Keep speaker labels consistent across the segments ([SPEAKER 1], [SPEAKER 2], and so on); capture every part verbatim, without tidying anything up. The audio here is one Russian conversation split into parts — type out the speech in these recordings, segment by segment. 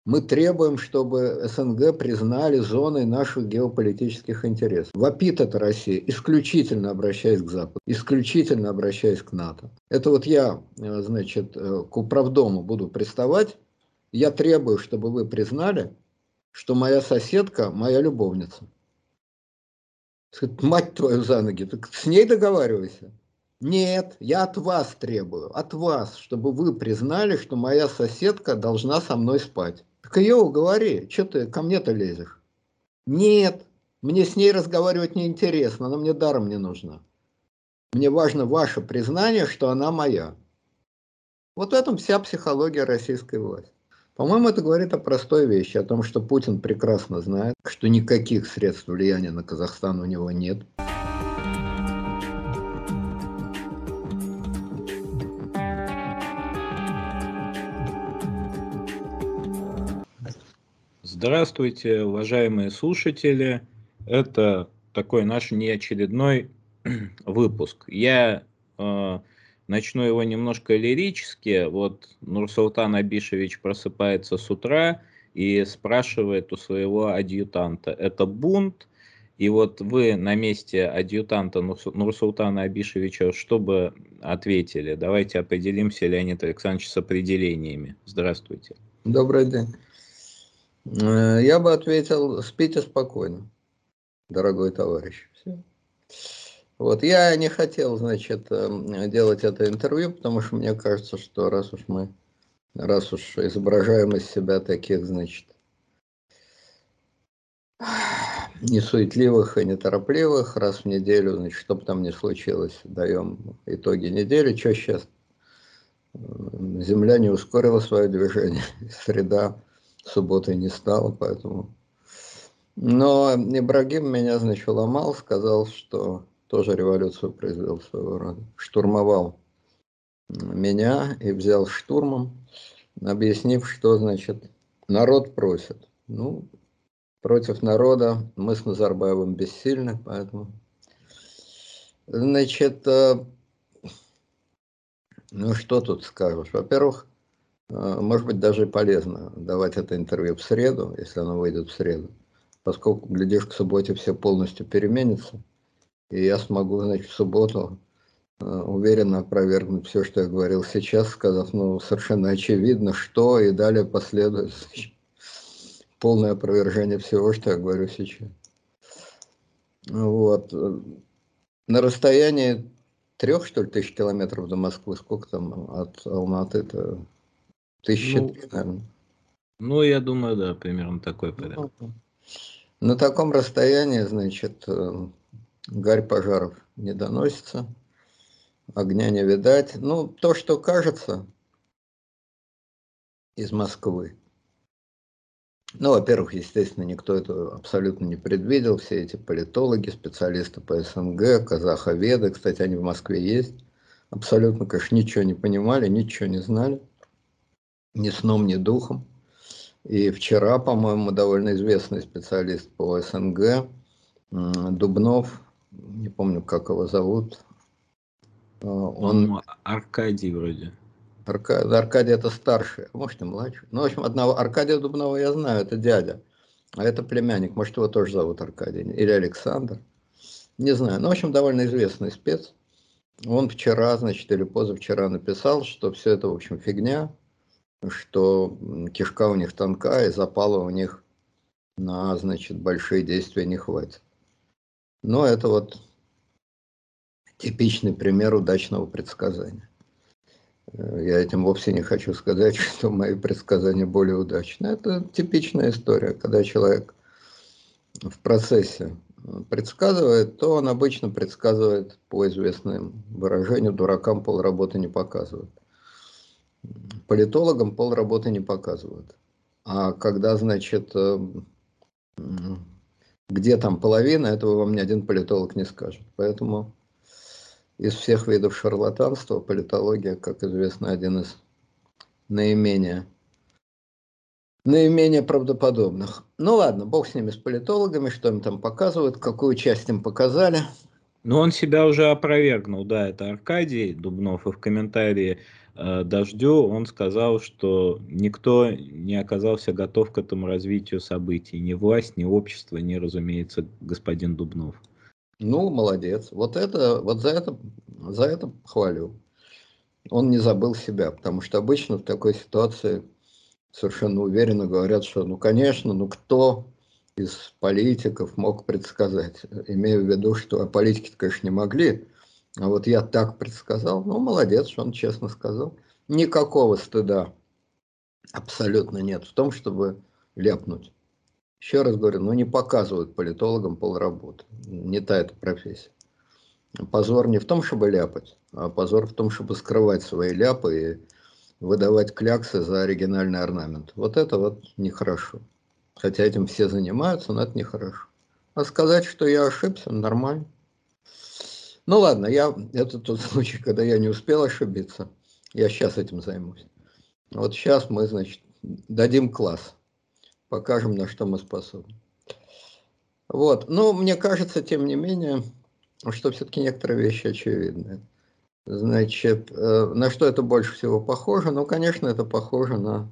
[SPEAKER 1] Мы требуем, чтобы СНГ признали зоной наших геополитических интересов. Вопит это Россия, исключительно обращаясь к Западу, исключительно обращаясь к НАТО. Это вот я, значит, к управдому буду приставать. Я требую, чтобы вы признали, что моя соседка моя любовница. Мать твою за ноги, так с ней договаривайся. Нет, я от вас требую, от вас, чтобы вы признали, что моя соседка должна со мной спать. Так ее уговори, что ты ко мне-то лезешь? Нет, мне с ней разговаривать неинтересно, она мне даром не нужна. Мне важно ваше признание, что она моя. Вот в этом вся психология российской власти. По-моему, это говорит о простой вещи, о том, что Путин прекрасно знает, что никаких средств влияния на Казахстан у него нет.
[SPEAKER 2] Здравствуйте, уважаемые слушатели. Это такой наш неочередной выпуск. Я э, начну его немножко лирически. Вот Нурсултан Абишевич просыпается с утра и спрашивает у своего адъютанта: это бунт? И вот вы на месте адъютанта Нурсултана Абишевича что бы ответили? Давайте определимся, Леонид Александрович, с определениями. Здравствуйте.
[SPEAKER 1] Добрый день. Я бы ответил: спите спокойно, дорогой товарищ. Все. Вот, я не хотел, значит, делать это интервью, потому что мне кажется, что раз уж мы, раз уж изображаем из себя таких, значит, несуетливых и неторопливых, раз в неделю, значит, что бы там ни случилось, даем итоги недели. Что сейчас? Земля не ускорила свое движение, среда субботой не стала, поэтому... Но Ибрагим меня, значит, уломал, сказал, что тоже революцию произвел своего рода, штурмовал меня и взял штурмом, объяснив, что, значит, народ просит. Ну, против народа мы с Назарбаевым бессильны, поэтому, значит, ну что тут скажешь? Во-первых, может быть, даже полезно давать это интервью в среду, если оно выйдет в среду, поскольку, глядишь, к субботе все полностью переменится, и я смогу, значит, в субботу уверенно опровергнуть все, что я говорил сейчас, сказав, ну, совершенно очевидно, что, и далее последует полное опровержение всего, что я говорю сейчас. Вот. На расстоянии трех, что ли, тысяч километров до Москвы, сколько там от Алматы-то? Тысячи
[SPEAKER 2] Ну,
[SPEAKER 1] три, наверное.
[SPEAKER 2] Ну, я думаю, да, примерно такой порядок.
[SPEAKER 1] Ну, на таком расстоянии, значит, гарь пожаров не доносится, огня не видать. Ну, то, что кажется из Москвы. Ну, во-первых, естественно, никто это абсолютно не предвидел. Все эти политологи, специалисты по СНГ, казаховеды, кстати, они в Москве есть, абсолютно, конечно, ничего не понимали, ничего не знали, ни сном, ни духом. И вчера, по-моему, довольно известный специалист по СНГ, Дубнов, не помню, как его зовут.
[SPEAKER 2] Он... Аркадий вроде.
[SPEAKER 1] Аркадий, Аркадий это старший, может и младший. Ну, в общем, одного Аркадия Дубнова я знаю, это дядя. А это племянник, может, его тоже зовут Аркадий, или Александр. Не знаю, ну, в общем, довольно известный спец. Он вчера, значит, или позавчера написал, что все это, в общем, фигня, что кишка у них тонка, и запала у них на, значит, большие действия не хватит. Но это вот типичный пример удачного предсказания. Я этим вовсе не хочу сказать, что мои предсказания более удачны. Это типичная история, когда человек в процессе предсказывает, то он обычно предсказывает по известному выражению: дуракам полработы не показывают. Политологам полработы не показывают. А когда, значит, где там половина, этого вам ни один политолог не скажет. Поэтому из всех видов шарлатанства политология, как известно, один из наименее, наименее правдоподобных. Ну ладно, бог с ними, с политологами, что им там показывают, какую часть им показали.
[SPEAKER 2] Ну, он себя уже опровергнул, да, это Аркадий Дубнов, и в комментарии э, дождю, он сказал, что никто не оказался готов к этому развитию событий. Ни власть, ни общество, ни, разумеется, господин Дубнов.
[SPEAKER 1] Ну, молодец. Вот это, вот за это, за это хвалю. Он не забыл себя, потому что обычно в такой ситуации совершенно уверенно говорят, что, ну, конечно, ну, кто из политиков мог предсказать? Имею в виду, что политики, конечно, не могли, а вот я так предсказал. Ну, молодец, что он честно сказал. Никакого стыда абсолютно нет в том, чтобы ляпнуть. Еще раз говорю, ну, не показывают политологам полработы. Не та эта профессия. Позор не в том, чтобы ляпать, а позор в том, чтобы скрывать свои ляпы и выдавать кляксы за оригинальный орнамент. Вот это вот нехорошо. Хотя этим все занимаются, но это нехорошо. А сказать, что я ошибся, нормально. Ну ладно, я, это тот случай, когда я не успел ошибиться. Я сейчас этим займусь. Вот сейчас мы, значит, дадим класс. Покажем, на что мы способны. Вот. Но мне кажется, тем не менее, что все-таки некоторые вещи очевидны. Значит, на что это больше всего похоже? Ну, конечно, это похоже на...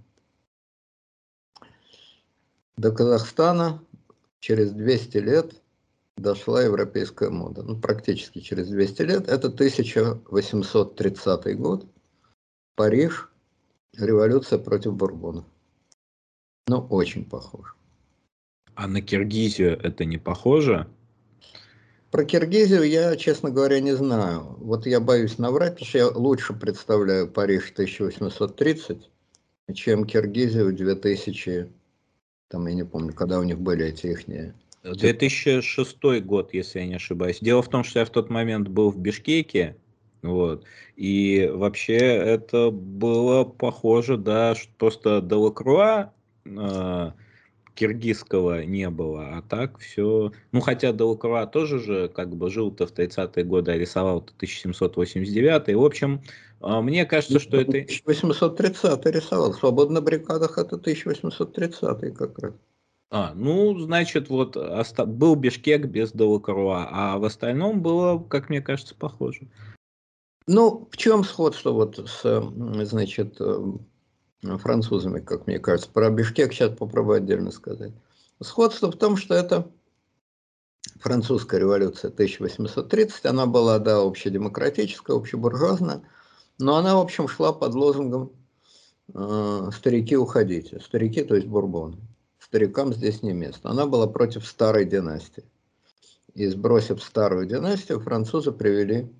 [SPEAKER 1] До Казахстана через двести лет дошла европейская мода. Ну, практически через двести лет. Это тысяча восемьсот тридцатый год. Париж. Революция против Бурбонов. Ну, очень похоже.
[SPEAKER 2] А на Киргизию это не похоже?
[SPEAKER 1] Про Киргизию я, честно говоря, не знаю. Вот я боюсь наврать, потому что я лучше представляю Париж тысяча восемьсот тридцать, чем Киргизию две тысячи, там я не помню, когда у них были эти ихние...
[SPEAKER 2] две тысячи шестой год, если я не ошибаюсь. Дело в том, что я в тот момент был в Бишкеке, вот, и вообще это было похоже, да, что просто Делакруа э, киргизского не было, а так все... Ну, хотя Делакруа тоже же как бы жил-то в тридцатые годы, а рисовал-то тысяча семьсот восемьдесят девятый. В общем, э, мне кажется, что это...
[SPEAKER 1] тысяча восемьсот тридцатый рисовал. Свобода на баррикадах это тысяча восемьсот тридцатый как раз.
[SPEAKER 2] А, ну, значит, вот оста... был Бишкек без Делакруа, а в остальном было, как мне кажется, похоже.
[SPEAKER 1] Ну, в чем сходство вот с, значит, французами, как мне кажется? Про Бишкек сейчас попробую отдельно сказать. Сходство в том, что это французская революция тысяча восемьсот тридцать, она была, да, общедемократическая, общебуржуазная, но она, в общем, шла под лозунгом э, «старики, уходите». Старики, то есть бурбоны. Старикам здесь не место. Она была против старой династии. И сбросив старую династию, французы привели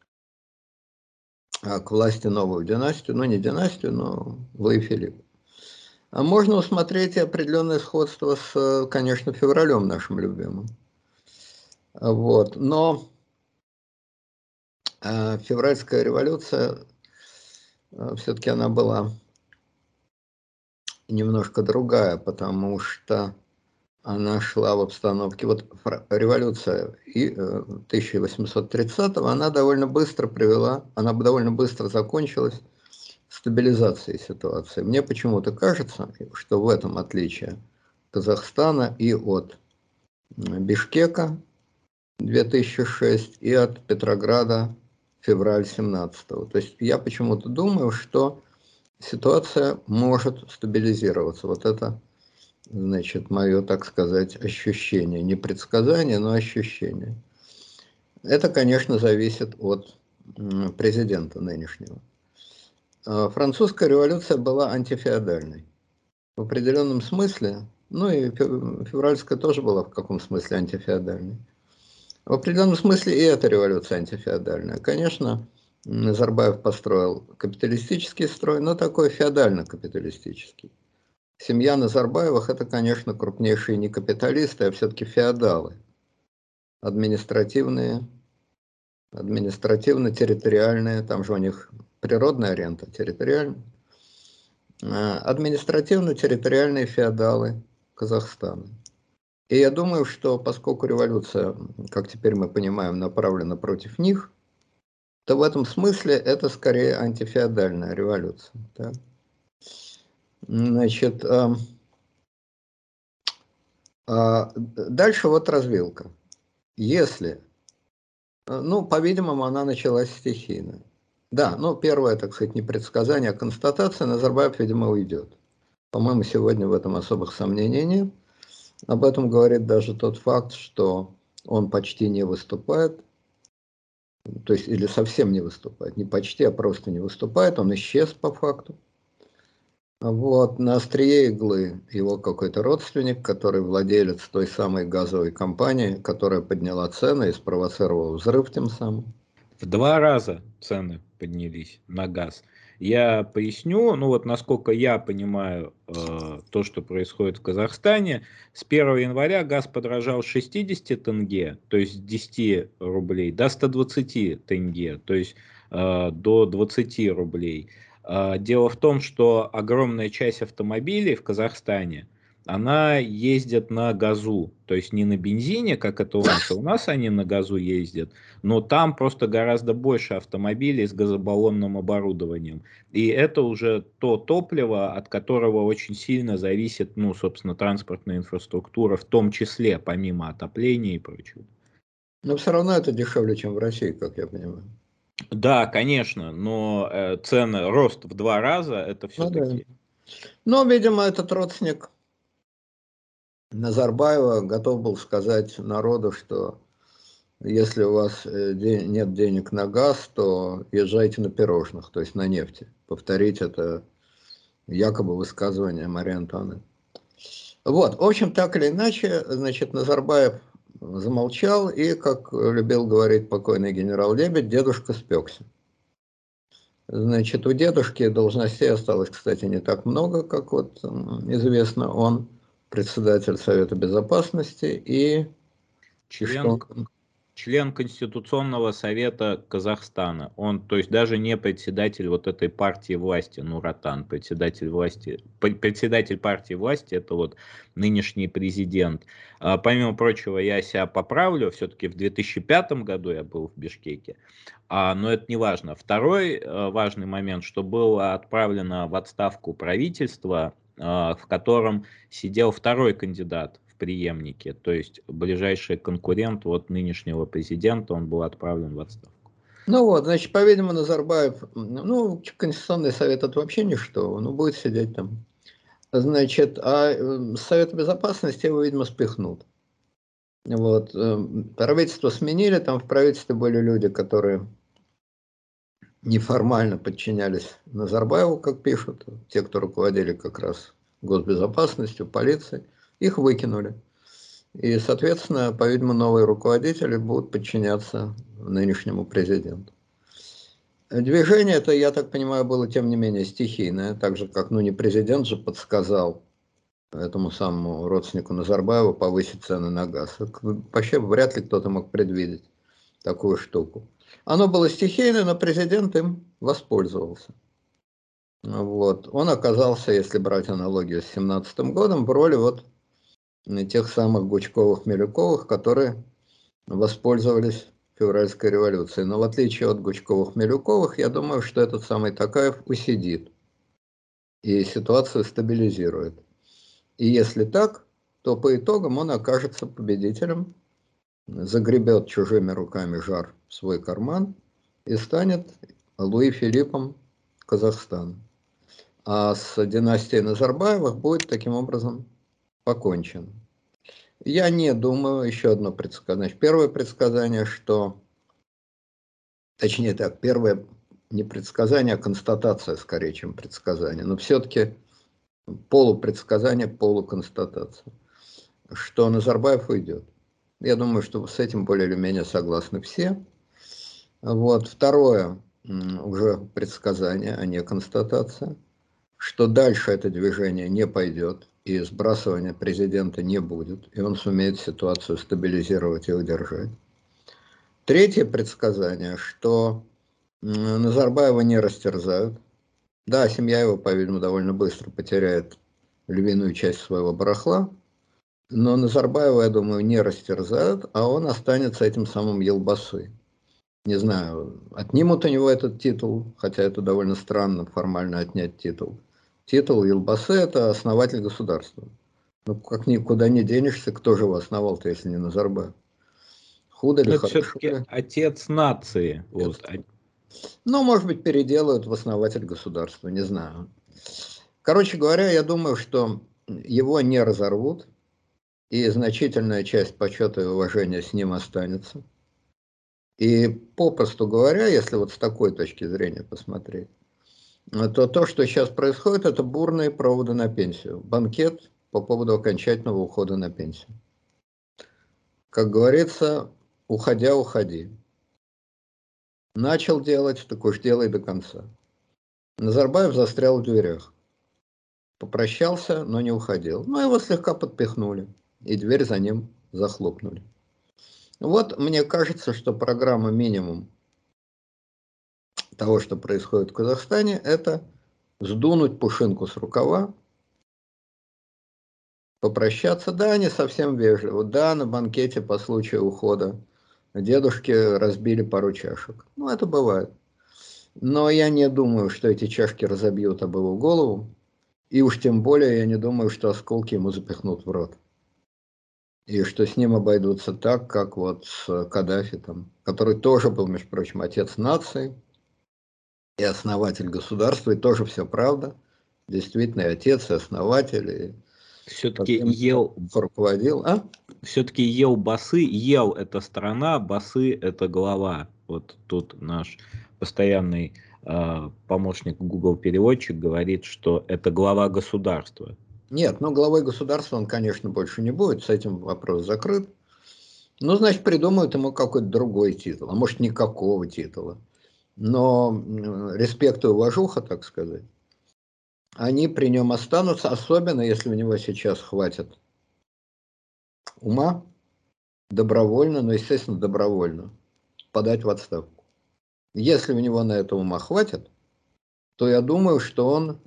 [SPEAKER 1] а, к власти новую династию, ну не династию, но Луи Филипп. А можно усмотреть и определенное сходство с, конечно, февралем нашим любимым. Вот. Но э, февральская революция, э, все-таки она была немножко другая, потому что она шла в обстановке, вот революция и, э, тысяча восемьсот тридцатого, она довольно быстро привела, она довольно быстро закончилась стабилизацией ситуации. Мне почему-то кажется, что в этом отличие Казахстана и от Бишкека две тысячи шестого и от Петрограда февраль семнадцатого. То есть я почему-то думаю, что ситуация может стабилизироваться. Вот это, значит, мое, так сказать, ощущение. Не предсказание, но ощущение. Это, конечно, зависит от президента нынешнего. Французская революция была антифеодальной. В определенном смысле, ну и февральская тоже была в каком смысле антифеодальной. В определенном смысле и эта революция антифеодальная. Конечно, Назарбаев построил капиталистический строй, но такой феодально-капиталистический. Семья Назарбаевых – это, конечно, крупнейшие не капиталисты, а все-таки феодалы. Административные, административно-территориальные, там же у них природная рента, территориальная. Административно-территориальные феодалы Казахстана. И я думаю, что поскольку революция, как теперь мы понимаем, направлена против них, то в этом смысле это скорее антифеодальная революция. Да? Значит, э, э, дальше вот развилка. Если, ну, по-видимому, она началась стихийно. Да, ну первое, так сказать, не предсказание, а констатация. Назарбаев, видимо, уйдет. По-моему, сегодня в этом особых сомнений нет. Об этом говорит даже тот факт, что он почти не выступает, то есть или совсем не выступает, не почти, а просто не выступает, он исчез по факту. Вот, на острие иглы его какой-то родственник, который владелец той самой газовой компании, которая подняла цены и спровоцировала взрыв тем самым.
[SPEAKER 2] В два раза цены поднялись на газ. Я поясню, ну вот насколько я понимаю э, то, что происходит в Казахстане, с первого января газ подорожал с шестидесяти тенге, то есть с десяти рублей, до ста двадцати тенге, то есть э, до двадцати рублей. Э, дело в том, что огромная часть автомобилей в Казахстане, она ездит на газу, то есть не на бензине, как это у нас, а у нас они на газу ездят, но там просто гораздо больше автомобилей с газобаллонным оборудованием. И это уже то топливо, от которого очень сильно зависит, ну, собственно, транспортная инфраструктура, в том числе, помимо отопления и прочего.
[SPEAKER 1] Но все равно это дешевле, чем в России, как я понимаю.
[SPEAKER 2] Да, конечно, но э, цены, рост в два раза, это
[SPEAKER 1] Ну да.
[SPEAKER 2] все-таки...
[SPEAKER 1] Но, видимо, этот родственник Назарбаева готов был сказать народу, что если у вас э, де- нет денег на газ, то езжайте на пирожных, то есть на нефти. Повторить это якобы высказывание Марии Антуанетты. Вот, в общем, так или иначе, значит, Назарбаев замолчал, и, как любил говорить покойный генерал Лебедь, дедушка спекся. Значит, у дедушки должностей осталось, кстати, не так много, как вот известно, он председатель Совета Безопасности и, и
[SPEAKER 2] Член,
[SPEAKER 1] что он?
[SPEAKER 2] член Конституционного совета Казахстана. Он, то есть, даже не председатель вот этой партии власти, Нуратан, председатель власти, председатель партии власти, это вот нынешний президент. А, помимо прочего, я себя поправлю, все-таки в две тысячи пятом году я был в Бишкеке, а, но это не важно. Второй а, важный момент, что было отправлено в отставку правительство, а, в котором сидел второй кандидат в преемнике, то есть ближайший конкурент вот нынешнего президента, он был отправлен в отставку.
[SPEAKER 1] Ну вот, значит, по-видимому, Назарбаев, ну, Конституционный совет это вообще ничто, он будет сидеть там. Значит, а э, Совет Безопасности его, видимо, спихнут. Вот, э, правительство сменили, там в правительстве были люди, которые неформально подчинялись Назарбаеву, как пишут, те, кто руководили как раз госбезопасностью, полицией, их выкинули. И, соответственно, по-видимому, новые руководители будут подчиняться нынешнему президенту. Движение это, я так понимаю, было тем не менее стихийное, так же как, ну не президент же подсказал этому самому родственнику Назарбаева повысить цены на газ. Вообще вряд ли кто-то мог предвидеть такую штуку. Оно было стихийное, но президент им воспользовался. Вот. Он оказался, если брать аналогию с семнадцатым годом, в роли вот тех самых Гучковых-Милюковых, которые воспользовались февральской революцией. Но в отличие от Гучковых-Милюковых, я думаю, что этот самый Токаев усидит и ситуацию стабилизирует. И если так, то по итогам он окажется победителем, загребет чужими руками жар в свой карман и станет Луи Филиппом Казахстана. А с династией Назарбаевых будет таким образом покончено. Я не думаю, еще одно предсказание. Первое предсказание, что, точнее так, первое не предсказание, а констатация скорее, чем предсказание, но все-таки полупредсказание, полуконстатация, что Назарбаев уйдет. Я думаю, что с этим более или менее согласны все. Вот. Второе, уже предсказание, а не констатация, что дальше это движение не пойдет, и сбрасывания президента не будет, и он сумеет ситуацию стабилизировать и удержать. Третье предсказание, что Назарбаева не растерзают. Да, семья его, по-видимому, довольно быстро потеряет львиную часть своего барахла, но Назарбаева, я думаю, не растерзают, а он останется этим самым елбасой. Не знаю, отнимут у него этот титул, хотя это довольно странно формально отнять титул. Титул елбасы – это основатель государства. Ну, как никуда не денешься, кто же его основал-то, если не Назарбаев? Худо ли,
[SPEAKER 2] Но это
[SPEAKER 1] хорошо
[SPEAKER 2] все-таки
[SPEAKER 1] ли?
[SPEAKER 2] отец нации.
[SPEAKER 1] Нет.
[SPEAKER 2] Вот.
[SPEAKER 1] Ну, может быть, переделают в основатель государства, не знаю. Короче говоря, я думаю, что его не разорвут, и значительная часть почета и уважения с ним останется. И попросту говоря, если вот с такой точки зрения посмотреть, то то, что сейчас происходит, это бурные проводы на пенсию. Банкет по поводу окончательного ухода на пенсию. Как говорится, уходя, уходи. Начал делать, так уж делай до конца. Назарбаев застрял в дверях. Попрощался, но не уходил. Но его слегка подпихнули, и дверь за ним захлопнули. Вот мне кажется, что программа минимум того, что происходит в Казахстане, это сдунуть пушинку с рукава, попрощаться. Да, не совсем вежливо. Да, на банкете по случаю ухода дедушки разбили пару чашек. Ну, это бывает. Но я не думаю, что эти чашки разобьют об его голову. И уж тем более я не думаю, что осколки ему запихнут в рот. И что с ним обойдутся так, как вот с Каддафи, там, который тоже был, между прочим, отец нации и основатель государства, и тоже все правда. Действительно, и отец, и основатель, и
[SPEAKER 2] Все-таки
[SPEAKER 1] таким
[SPEAKER 2] ел,
[SPEAKER 1] руководил. А?
[SPEAKER 2] все-таки ел басы, ел это страна, басы это голова. Вот тут наш постоянный э, помощник Google переводчик говорит, что это глава государства.
[SPEAKER 1] Нет, ну главой государства он, конечно, больше не будет, с этим вопрос закрыт. Ну, значит, придумают ему какой-то другой титул, а может, никакого титула. Но респект и уважуха, так сказать, они при нем останутся, особенно если у него сейчас хватит ума добровольно, но, естественно, добровольно подать в отставку. Если у него на это ума хватит, то я думаю, что он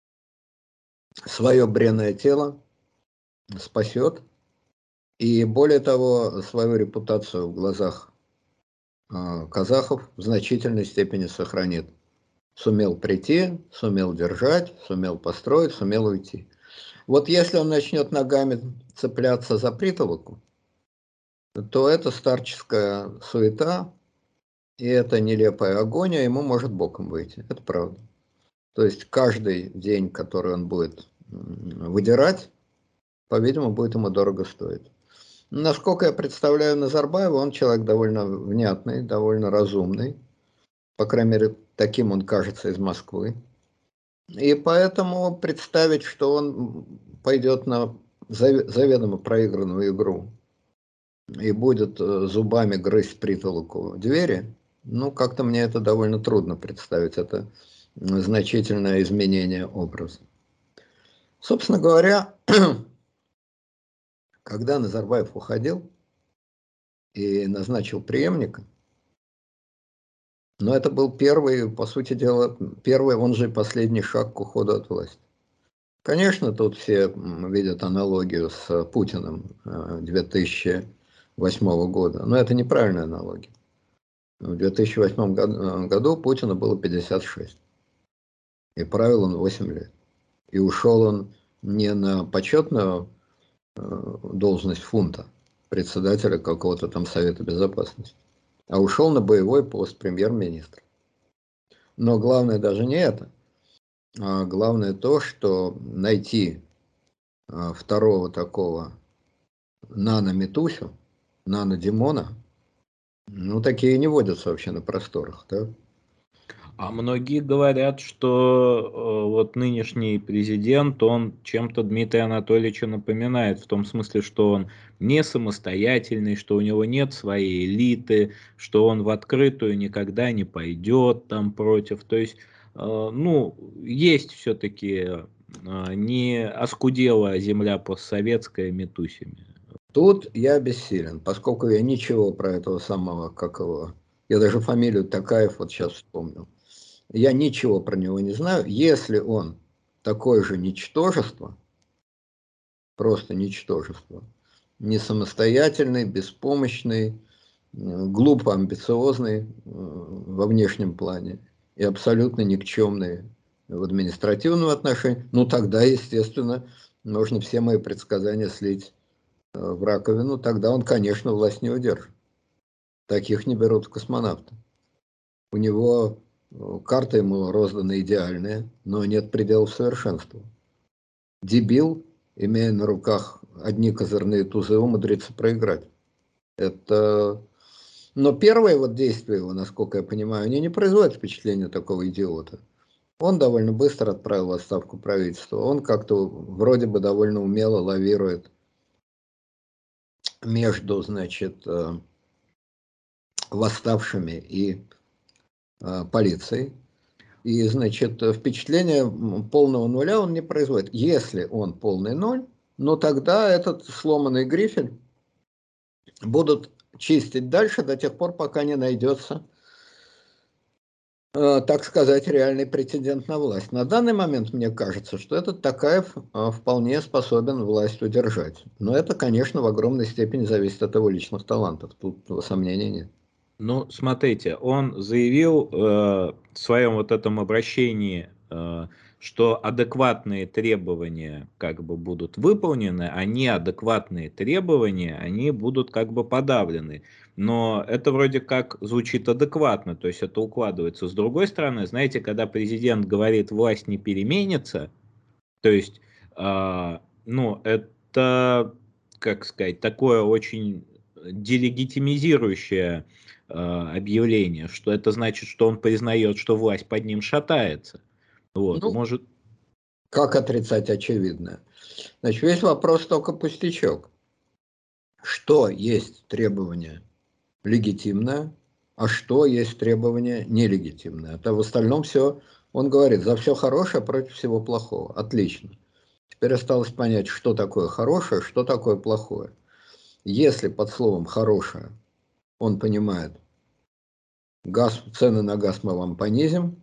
[SPEAKER 1] свое бренное тело спасет, и более того, свою репутацию в глазах э, казахов в значительной степени сохранит. Сумел прийти, сумел держать, сумел построить, сумел уйти. Вот если он начнет ногами цепляться за притолоку, то это старческая суета, и это нелепая агония ему может боком выйти. Это правда. То есть каждый день, который он будет выдирать, по-видимому, будет ему дорого стоить. Насколько я представляю Назарбаева, он человек довольно внятный, довольно разумный. По крайней мере, таким он кажется из Москвы. И поэтому представить, что он пойдет на заведомо проигранную игру и будет зубами грызть притолоку двери, ну, как-то мне это довольно трудно представить. Это значительное изменение образа. Собственно говоря, когда Назарбаев уходил и назначил преемника, но это был первый, по сути дела, первый, он же последний шаг к уходу от власти. Конечно, тут все видят аналогию с Путиным две тысячи восьмого года, но это неправильная аналогия. В две тысячи восьмом году Путину было пятьдесят шесть, и правил он восемь лет. И ушел он не на почетную должность фунта, председателя какого-то там Совета Безопасности, а ушел на боевой пост премьер-министра. Но главное даже не это. А главное то, что найти второго такого нано-Митусю, нано-Димона, ну, такие не водятся вообще на просторах, да?
[SPEAKER 2] А многие говорят, что э, вот нынешний президент, он чем-то Дмитрия Анатольевича напоминает, в том смысле, что он не самостоятельный, что у него нет своей элиты, что он в открытую никогда не пойдет там против. То есть, э, ну, есть все-таки э, не оскудела земля постсоветская Митусями.
[SPEAKER 1] Тут я бессилен, поскольку я ничего про этого самого, как его, я даже фамилию Такаев вот сейчас вспомнил. Я ничего про него не знаю. Если он такое же ничтожество, просто ничтожество, не самостоятельный, беспомощный, глупо амбициозный во внешнем плане и абсолютно никчемный в административном отношении, ну тогда, естественно, нужно все мои предсказания слить в раковину, тогда он, конечно, власть не удержит. Таких не берут в космонавты. У него карты ему розданы идеальные, но нет пределов совершенству. Дебил, имея на руках одни козырные тузы, умудрится проиграть. Это... Но первые вот действия его, насколько я понимаю, они не производят впечатления такого идиота. Он довольно быстро отправил в отставку правительства. Он как-то вроде бы довольно умело лавирует между, значит, восставшими и полицией. И, значит, впечатление полного нуля он не производит. Если он полный ноль, ну тогда этот сломанный грифель будут чистить дальше до тех пор, пока не найдется, э, так сказать, реальный претендент на власть. На данный момент мне кажется, что этот Токаев э, вполне способен власть удержать. Но это, конечно, в огромной степени зависит от его личных талантов. Тут сомнений нет.
[SPEAKER 2] Ну, смотрите, он заявил э, в своем вот этом обращении, э, что адекватные требования как бы будут выполнены, а неадекватные требования, они будут как бы подавлены. Но это вроде как звучит адекватно, то есть это укладывается. С другой стороны, знаете, когда президент говорит, власть не переменится, то есть, э, ну, это, как сказать, такое очень делегитимизирующее э, объявление, что это значит, что он признает, что власть под ним шатается. Вот,
[SPEAKER 1] Ну,
[SPEAKER 2] может...
[SPEAKER 1] как отрицать очевидное? Значит, весь вопрос только пустячок. Что есть требование легитимное, а что есть требование нелегитимное? Это в остальном все, он говорит, за все хорошее против всего плохого. Отлично. Теперь осталось понять, что такое хорошее, что такое плохое. Если под словом «хорошее» он понимает, газ, цены на газ мы вам понизим,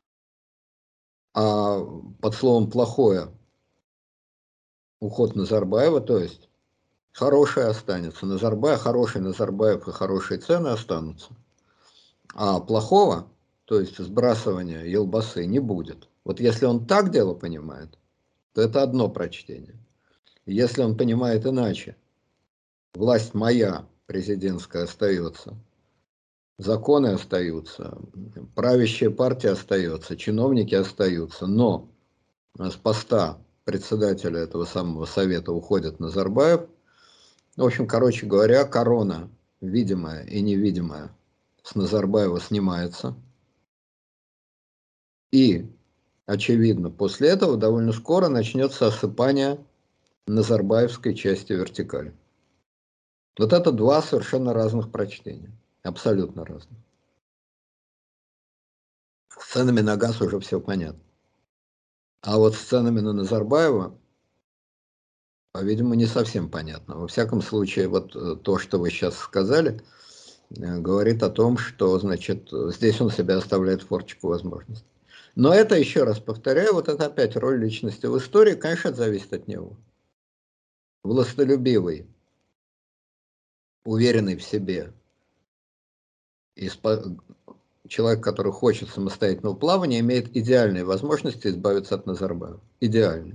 [SPEAKER 1] а под словом «плохое» уход Назарбаева, то есть хорошее останется, Назарбаев, хороший Назарбаев и хорошие цены останутся, а плохого, то есть сбрасывания елбасы, не будет. Вот если он так дело понимает, то это одно прочтение. Если он понимает иначе, власть моя, президентская, остается, законы остаются, правящая партия остается, чиновники остаются, но с поста председателя этого самого совета уходит Назарбаев. В общем, короче говоря, корона, видимая и невидимая, с Назарбаева снимается. И, очевидно, после этого довольно скоро начнется осыпание назарбаевской части вертикали. Вот это два совершенно разных прочтения. Абсолютно разных. С ценами на газ уже все понятно. А вот с ценами на Назарбаева, по-видимому, не совсем понятно. Во всяком случае, вот то, что вы сейчас сказали, говорит о том, что, значит, здесь он себя оставляет форчику возможностей. Но это, еще раз повторяю, вот это опять роль личности в истории, конечно, это зависит от него. Властолюбивый, уверенный в себе, и человек, который хочет самостоятельного плавания, имеет идеальные возможности избавиться от Назарбаева. Идеальные.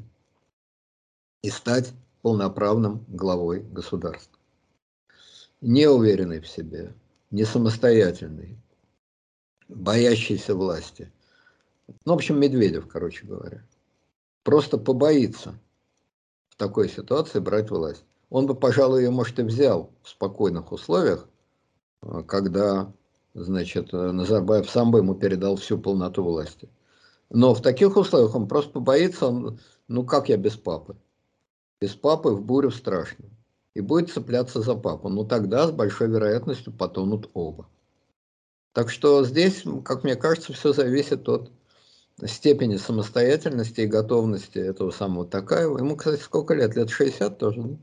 [SPEAKER 1] И стать полноправным главой государства. Неуверенный в себе, не самостоятельный, боящийся власти. Ну, в общем, Медведев, короче говоря. Просто побоится в такой ситуации брать власть. Он бы, пожалуй, ее, может, и взял в спокойных условиях, когда, значит, Назарбаев сам бы ему передал всю полноту власти. Но в таких условиях он просто побоится, он, ну как я без папы? Без папы в бурю страшно. И будет цепляться за папу. Но тогда с большой вероятностью потонут оба. Так что здесь, как мне кажется, все зависит от степени самостоятельности и готовности этого самого Токаева. Ему, кстати, сколько лет? Лет шестьдесят тоже, да?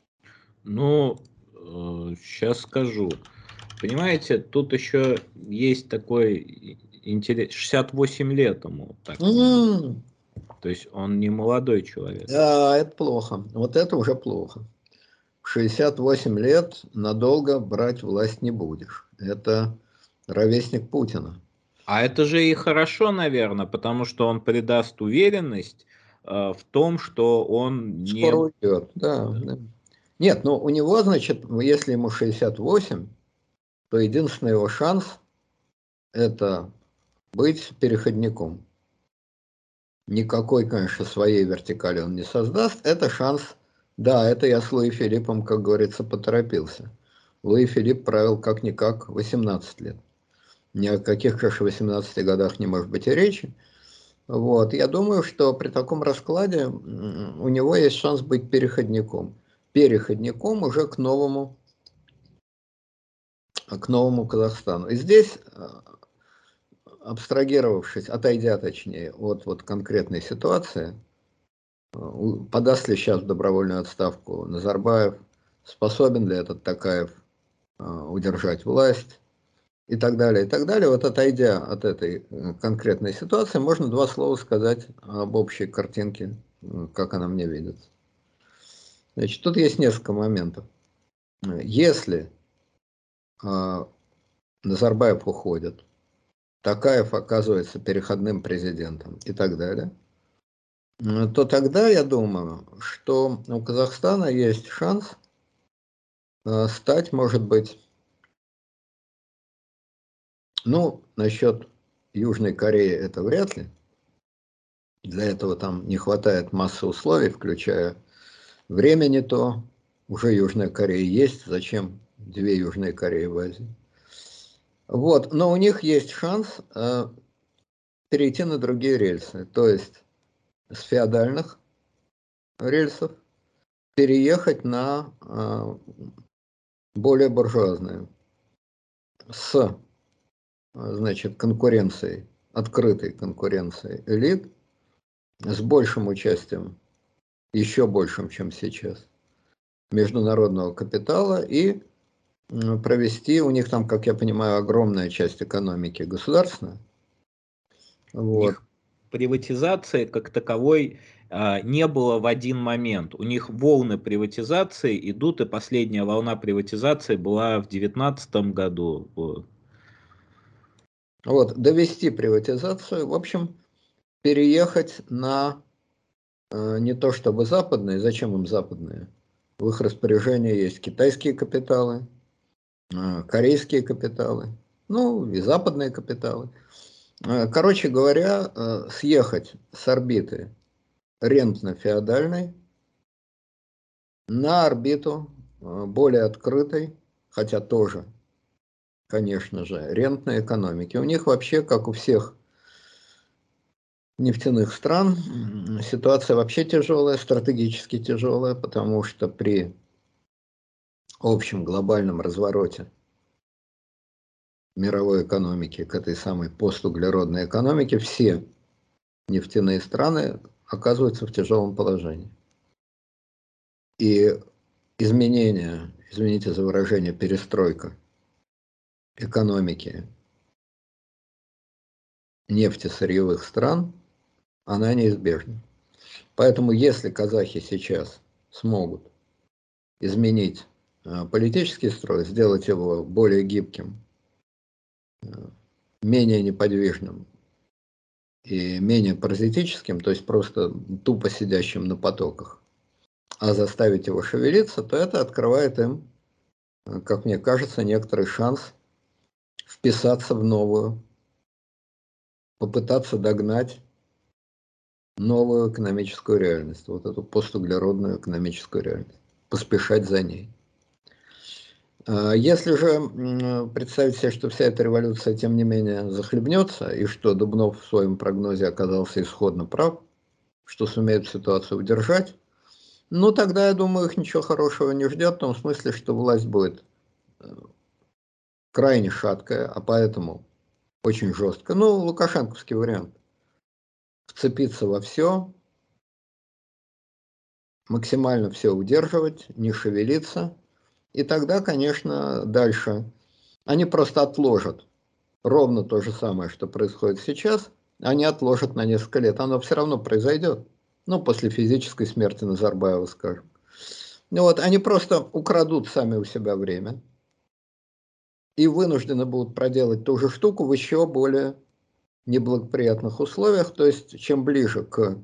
[SPEAKER 2] Ну, э, сейчас скажу. Понимаете, тут еще есть такой интерес. шестьдесят восемь лет ему, так
[SPEAKER 1] М-м-м.
[SPEAKER 2] То есть он не молодой человек.
[SPEAKER 1] Да, это плохо. Вот это уже плохо. В шестьдесят восемь лет надолго брать власть не будешь. Это ровесник Путина.
[SPEAKER 2] А это же и хорошо, наверное, потому что он придаст уверенность э, в том, что он
[SPEAKER 1] Скоро
[SPEAKER 2] не...
[SPEAKER 1] уйдет, да,
[SPEAKER 2] Да.
[SPEAKER 1] да. Нет, ну у него, значит, если ему шестьдесят восемь, то единственный его шанс это быть переходником. Никакой, конечно, своей вертикали он не создаст. Это шанс. Да, это я с Луи Филиппом, как говорится, поторопился. Луи Филипп правил как-никак восемнадцать лет. Ни о каких, конечно, восемнадцати годах не может быть и речи. Вот. Я думаю, что при таком раскладе у него есть шанс быть переходником. Переходником уже к новому, к новому Казахстану. И здесь, абстрагировавшись, отойдя точнее от вот конкретной ситуации, подаст ли сейчас в добровольную отставку Назарбаев, способен ли этот Токаев удержать власть, и так далее, и так далее. Вот отойдя от этой конкретной ситуации, можно два слова сказать об общей картинке, как она мне видится. Значит, тут есть несколько моментов. Если э, Назарбаев уходит, Токаев оказывается переходным президентом и так далее, то тогда я думаю, что у Казахстана есть шанс э, стать, может быть, ну, насчет Южной Кореи это вряд ли. Для этого там не хватает массы условий, включая время не то. Уже Южная Корея есть. Зачем две Южные Кореи в Азии? Вот. Но у них есть шанс э, перейти на другие рельсы. То есть с феодальных рельсов переехать на э, более буржуазные. С, значит, конкуренцией, открытой конкуренцией элит, с большим участием, еще большим, чем сейчас, международного капитала и провести, у них там, как я понимаю, огромная часть экономики государственная.
[SPEAKER 2] У
[SPEAKER 1] Вот.
[SPEAKER 2] них приватизации как таковой а, не было в один момент. У них волны приватизации идут, и последняя волна приватизации была в девятнадцатом году. Вот.
[SPEAKER 1] Вот, довести приватизацию, в общем, переехать на э, не то чтобы западные, зачем им западные? В их распоряжении есть китайские капиталы, э, корейские капиталы, ну и западные капиталы. Э, короче говоря, э, съехать с орбиты рентно-феодальной на орбиту э, более открытой, хотя тоже, конечно же, рентной экономики. У них вообще, как у всех нефтяных стран, ситуация вообще тяжелая, стратегически тяжелая, потому что при общем глобальном развороте мировой экономики к этой самой постуглеродной экономике все нефтяные страны оказываются в тяжелом положении. И изменение, извините за выражение, перестройка экономики нефтесырьевых стран, она неизбежна. Поэтому если казахи сейчас смогут изменить политический строй, сделать его более гибким, менее неподвижным и менее паразитическим, то есть просто тупо сидящим на потоках, а заставить его шевелиться, то это открывает им, как мне кажется, некоторый шанс вписаться в новую, попытаться догнать новую экономическую реальность, вот эту постуглеродную экономическую реальность, поспешать за ней. Если же представить себе, что вся эта революция, тем не менее, захлебнется, и что Дубнов в своем прогнозе оказался исходно прав, что сумеет ситуацию удержать, ну тогда, я думаю, их ничего хорошего не ждет, в том смысле, что власть будет крайне шаткая, а поэтому очень жестко. Ну, лукашенковский вариант. Вцепиться во все, максимально все удерживать, не шевелиться. И тогда, конечно, дальше они просто отложат ровно то же самое, что происходит сейчас, они отложат на несколько лет. Оно все равно произойдет. Ну, после физической смерти Назарбаева, скажем. Ну вот, они просто украдут сами у себя время и вынуждены будут проделать ту же штуку в еще более неблагоприятных условиях. То есть, чем ближе к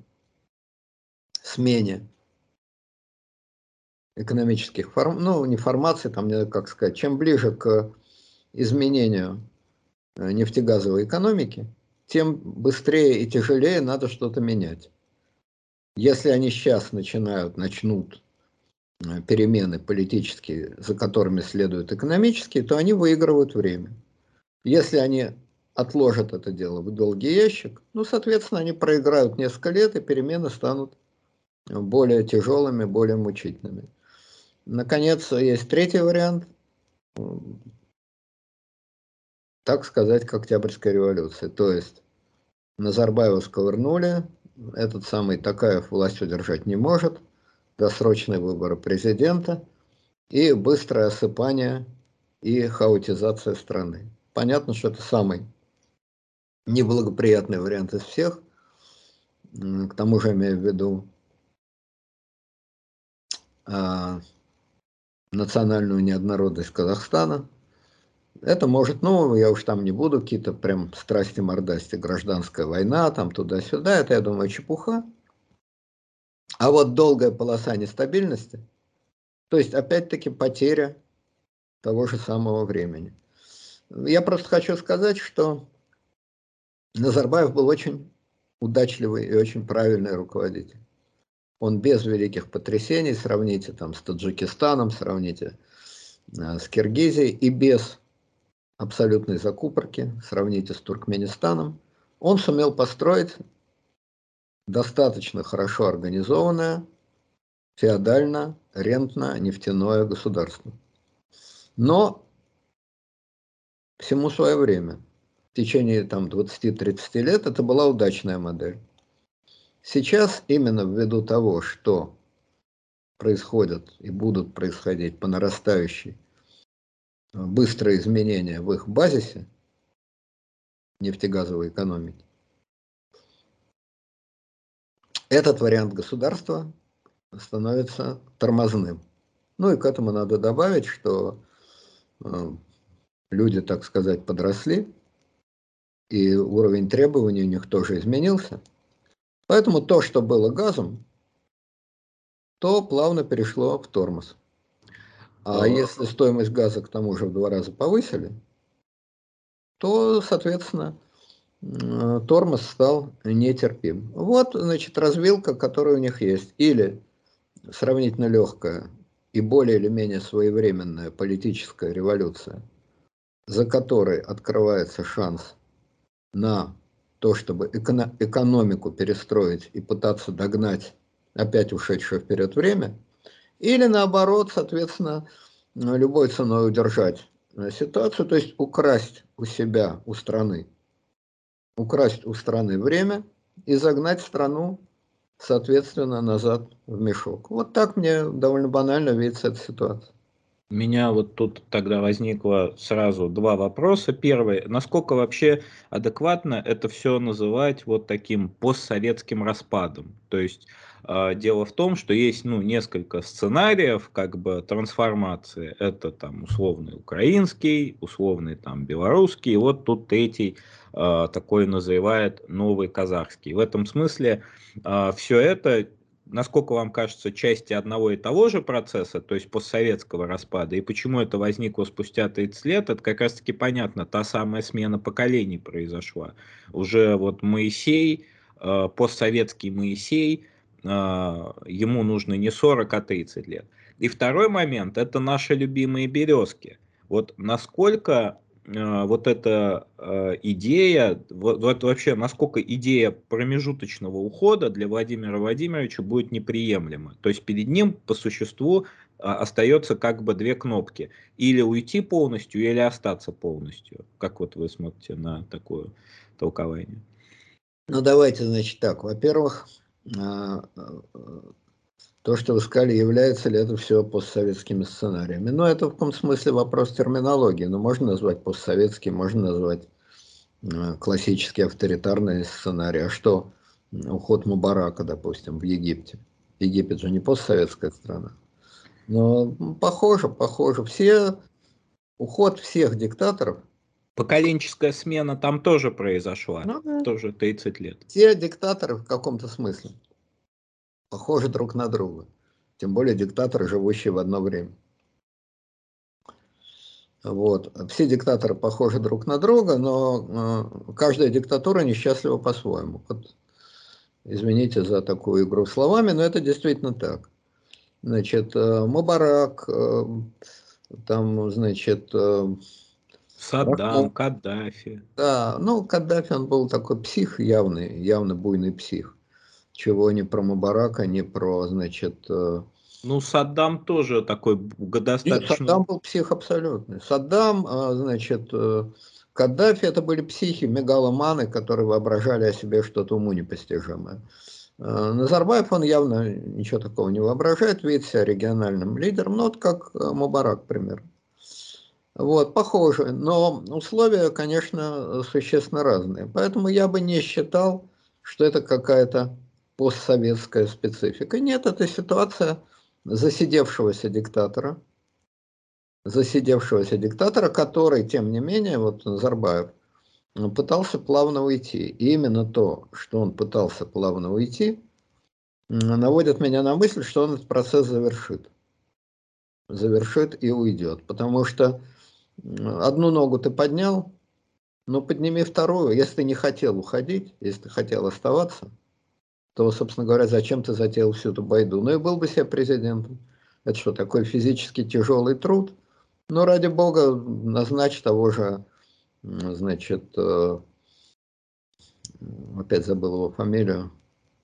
[SPEAKER 1] смене экономических форм, ну, не формаций, там, не знаю, как сказать, чем ближе к изменению нефтегазовой экономики, тем быстрее и тяжелее надо что-то менять. Если они сейчас начинают, начнут перемены политические, за которыми следуют экономические, то они выигрывают время. Если они отложат это дело в долгий ящик, ну, соответственно, они проиграют несколько лет, и перемены станут более тяжелыми, более мучительными. Наконец, есть третий вариант, так сказать, к Октябрьской революции. То есть Назарбаева сковырнули, этот самый Токаев власть удержать не может, досрочные выборы президента и быстрое осыпание и хаотизация страны. Понятно, что это самый неблагоприятный вариант из всех. К тому же имею в виду а, национальную неоднородность Казахстана. Это может, ну, я уж там не буду, какие-то прям страсти-мордасти, гражданская война, там туда-сюда, это, я думаю, чепуха. А вот долгая полоса нестабильности, то есть, опять-таки, потеря того же самого времени. Я просто хочу сказать, что Назарбаев был очень удачливый и очень правильный руководитель. Он без великих потрясений, сравните там с Таджикистаном, сравните э, с Киргизией, и без абсолютной закупорки, сравните с Туркменистаном, он сумел построить достаточно хорошо организованное феодально-рентно-нефтяное государство. Но всему свое время. В течение там двадцати-тридцати лет это была удачная модель. Сейчас именно ввиду того, что происходят и будут происходить по нарастающей быстрые изменения в их базисе нефтегазовой экономики, этот вариант государства становится тормозным. Ну и к этому надо добавить, что э, люди, так сказать, подросли, и уровень требований у них тоже изменился. Поэтому то, что было газом, то плавно перешло в тормоз. А если стоимость газа к тому же в два раза повысили, то, соответственно, тормоз стал нетерпим. Вот, значит, развилка, которая у них есть. Или сравнительно легкая и более или менее своевременная политическая революция, за которой открывается шанс на то, чтобы эко- экономику перестроить и пытаться догнать опять ушедшее вперед время, или наоборот, соответственно, любой ценой удержать ситуацию, то есть украсть у себя, у страны, украсть у страны время и загнать страну, соответственно, назад в мешок. Вот так мне довольно банально видится эта ситуация.
[SPEAKER 2] У меня вот тут тогда возникло сразу два вопроса. Первый, насколько вообще адекватно это все называть вот таким постсоветским распадом? То есть э, дело в том, что есть ну, несколько сценариев как бы трансформации. Это там условный украинский, условный там белорусский, и вот тут третий э, такой называет новый казахский. В этом смысле э, все это, насколько вам кажется, части одного и того же процесса, то есть постсоветского распада, и почему это возникло спустя тридцать лет, это как раз-таки понятно, та самая смена поколений произошла. Уже вот Моисей, э, постсоветский Моисей, э, ему нужно не сорок, а тридцать лет. И второй момент, это наши любимые березки. Вот насколько э, вот эта э, идея, вот, вот вообще, насколько идея промежуточного ухода для Владимира Владимировича будет неприемлема. То есть перед ним по существу э, остается как бы две кнопки. Или уйти полностью, или остаться полностью. Как вот вы смотрите на такое толкование?
[SPEAKER 1] Ну, давайте, значит, так. Во-первых, а, то, что вы сказали, является ли это все постсоветскими сценариями. Ну, это в каком смысле вопрос терминологии. Ну, можно назвать постсоветский, можно назвать э, классический авторитарный сценарий. А что уход Мубарака, допустим, в Египте? Египет же не постсоветская страна. Но похоже, похоже. Все, уход всех диктаторов.
[SPEAKER 2] Поколенческая смена там тоже произошла.
[SPEAKER 1] Ну, да.
[SPEAKER 2] Тоже тридцать лет.
[SPEAKER 1] Все диктаторы в каком-то смысле похожи друг на друга. Тем более диктаторы, живущие в одно время. Вот. Все диктаторы похожи друг на друга, но э, каждая диктатура несчастлива по-своему. Вот, извините за такую игру словами, но это действительно так. Значит, э, Мубарак, э, там, значит, э,
[SPEAKER 2] Саддам,
[SPEAKER 1] Рахмон,
[SPEAKER 2] Каддафи.
[SPEAKER 1] да, ну, Каддафи, он был такой псих явный, явно буйный псих. Чего ни про Мубарака, ни про, значит... э,
[SPEAKER 2] Ну, Саддам тоже такой б-
[SPEAKER 1] Нет,
[SPEAKER 2] достаточно.
[SPEAKER 1] Саддам был псих абсолютный. Саддам, а, значит, э, Каддафи это были психи, мегаломаны, которые воображали о себе что-то уму непостижимое. Э, Назарбаев, он явно ничего такого не воображает, видит себя региональным лидером, ну вот как э, Мубарак, примерно. Вот, похоже, но условия, конечно, существенно разные. Поэтому я бы не считал, что это какая-то постсоветская специфика. Нет, это ситуация засидевшегося диктатора, засидевшегося диктатора, который, тем не менее, вот Назарбаев, пытался плавно уйти. И именно то, что он пытался плавно уйти, наводит меня на мысль, что он этот процесс завершит. Завершит и уйдет. Потому что одну ногу ты поднял, но подними вторую. Если ты не хотел уходить, если ты хотел оставаться, то, собственно говоря, зачем ты затеял всю эту байду? Ну и был бы себе президентом. Это что, такой физически тяжелый труд? Ну, ради бога, назначь того же, значит, э, опять забыл его фамилию.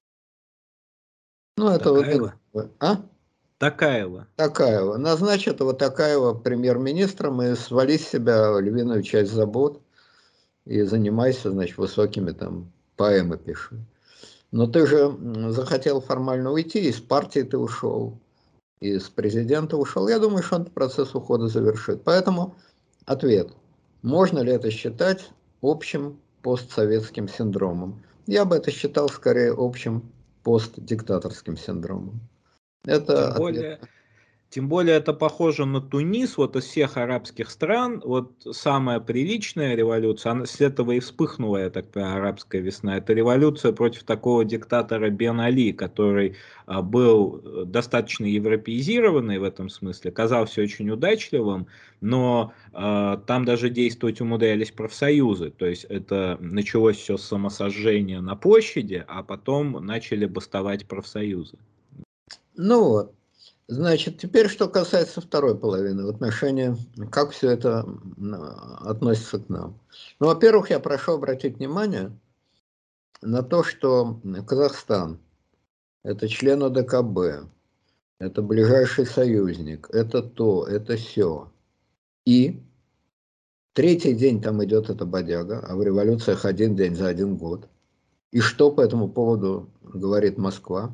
[SPEAKER 1] Ну, это вот,
[SPEAKER 2] Такаева?
[SPEAKER 1] а?
[SPEAKER 2] Такаева.
[SPEAKER 1] Такаева. Назначь этого Такаева премьер-министром и свали с себя львиную часть забот и занимайся, значит, высокими там поэмы пиши. Но ты же захотел формально уйти, из партии ты ушел, из президента ушел. Я думаю, что он процесс ухода завершит. Поэтому ответ. Можно ли это считать общим постсоветским синдромом? Я бы это считал скорее общим постдиктаторским синдромом. Это
[SPEAKER 2] Тем
[SPEAKER 1] ответ.
[SPEAKER 2] более, Тем более это похоже на Тунис, вот из всех арабских стран, вот самая приличная революция, она с этого и вспыхнула, я так понимаю, арабская весна, это революция против такого диктатора Бен Али, который а, был э, достаточно европеизированный в этом смысле, казался очень удачливым, но а, там даже действовать умудрялись профсоюзы, то есть это началось все с самосожжения на площади, а потом начали бастовать профсоюзы.
[SPEAKER 1] Ну вот. Значит, теперь что касается второй половины, в отношении, как все это относится к нам. Ну, во-первых, я прошу обратить внимание на то, что Казахстан – это член О Д К Б, это ближайший союзник, это то, это все. И третий день там идет эта бодяга, а в революциях один день за один год. И что по этому поводу говорит Москва?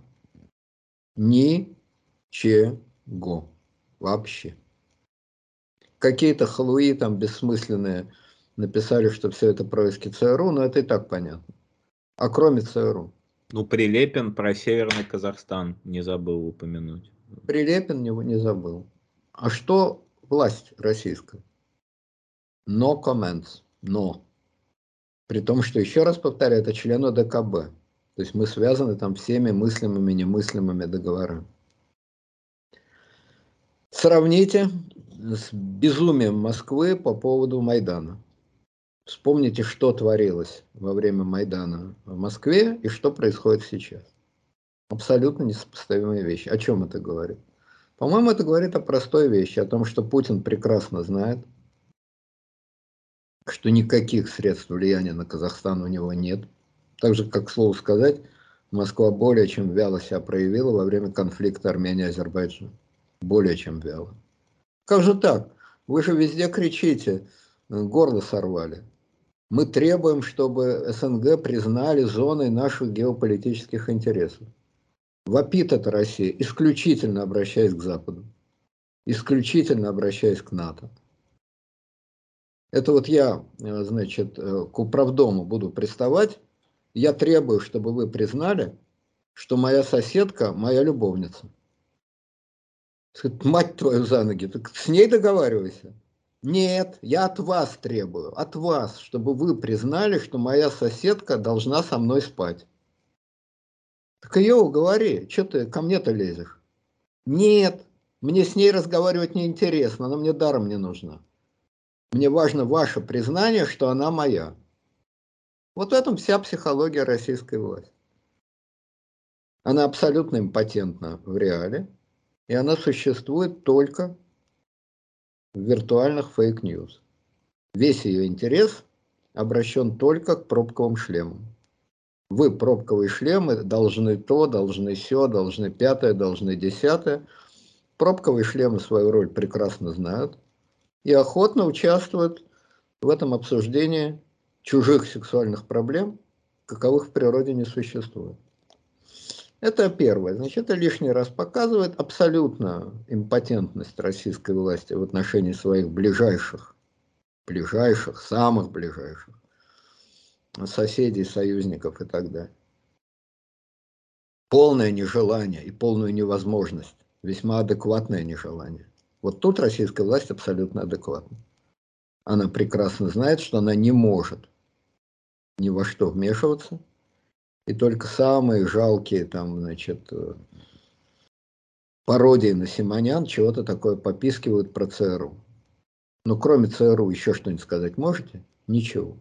[SPEAKER 1] Ничего. Вообще. Какие-то халуи там бессмысленные написали, что все это происки Ц Р У, но это и так понятно. А кроме Ц Р У?
[SPEAKER 2] Ну, Прилепин про Северный Казахстан не забыл упомянуть.
[SPEAKER 1] Прилепин его не забыл. А что власть российская? No comments. Но. При том, что, еще раз повторяю, это член О Д К Б. То есть мы связаны там всеми мыслимыми и немыслимыми договорами. Сравните с безумием Москвы по поводу Майдана. Вспомните, что творилось во время Майдана в Москве и что происходит сейчас. Абсолютно несопоставимые вещи. О чем это говорит? По-моему, это говорит о простой вещи, о том, что Путин прекрасно знает, что никаких средств влияния на Казахстан у него нет. Так же, как, к слову сказать, Москва более чем вяло себя проявила во время конфликта Армении-Азербайджана. Более чем вяло. Как же так? Вы же везде кричите, горло сорвали. Мы требуем, чтобы С Н Г признали зоной наших геополитических интересов. Вопит это Россия, исключительно обращаясь к Западу, исключительно обращаясь к НАТО. Это вот я, значит, к управдому буду приставать, я требую, чтобы вы признали, что моя соседка моя любовница. Мать твою за ноги, так с ней договаривайся. Нет, я от вас требую, от вас, чтобы вы признали, что моя соседка должна со мной спать. Так ее уговори, что ты ко мне-то лезешь? Нет, мне с ней разговаривать неинтересно, она мне даром не нужна. Мне важно ваше признание, что она моя. Вот в этом вся психология российской власти. Она абсолютно импотентна в реале, и она существует только в виртуальных фейк-ньюс. Весь ее интерес обращен только к пробковым шлемам. Вы, пробковые шлемы, должны то, должны сё, должны пятое, должны десятое. Пробковые шлемы свою роль прекрасно знают и охотно участвуют в этом обсуждении чужих сексуальных проблем, каковых в природе не существует. Это первое. Значит, это лишний раз показывает абсолютно импотентность российской власти в отношении своих ближайших, ближайших, самых ближайших соседей, союзников и так далее. Полное нежелание и полную невозможность, весьма адекватное нежелание. Вот тут российская власть абсолютно адекватна. Она прекрасно знает, что она не может ни во что вмешиваться, и только самые жалкие там, значит, пародии на Симонян чего-то такое попискивают про ЦРУ. Но кроме ЦРУ еще что-нибудь сказать можете? Ничего.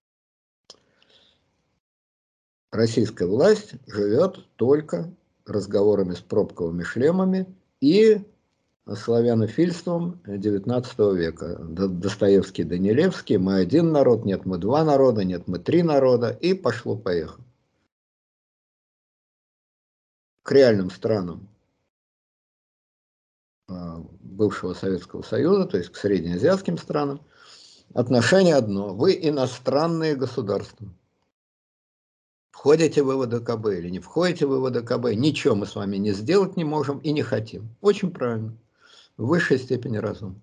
[SPEAKER 1] Российская власть живет только разговорами с пробковыми шлемами и славянофильством девятнадцатого века. Достоевский, Данилевский, мы один народ, нет, мы два народа, нет, мы три народа, и пошло-поехало. К реальным странам бывшего Советского Союза, то есть к среднеазиатским странам, отношение одно. Вы иностранные государства. Входите вы в ВДКБ или не входите вы в ВДКБ, ничего мы с вами не сделать не можем и не хотим. Очень правильно. В высшей степени разум.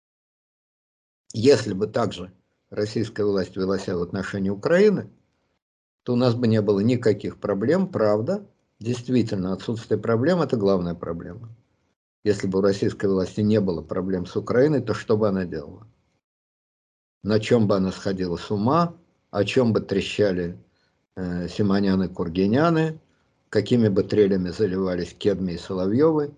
[SPEAKER 1] Если бы также российская власть вела себя в отношении Украины, то у нас бы не было никаких проблем, правда. Действительно, отсутствие проблем – это главная проблема. Если бы у российской власти не было проблем с Украиной, то что бы она делала? На чем бы она сходила с ума, о чем бы трещали э, Симоняны, Кургиняны, какими бы трелями заливались Кедми и Соловьевы.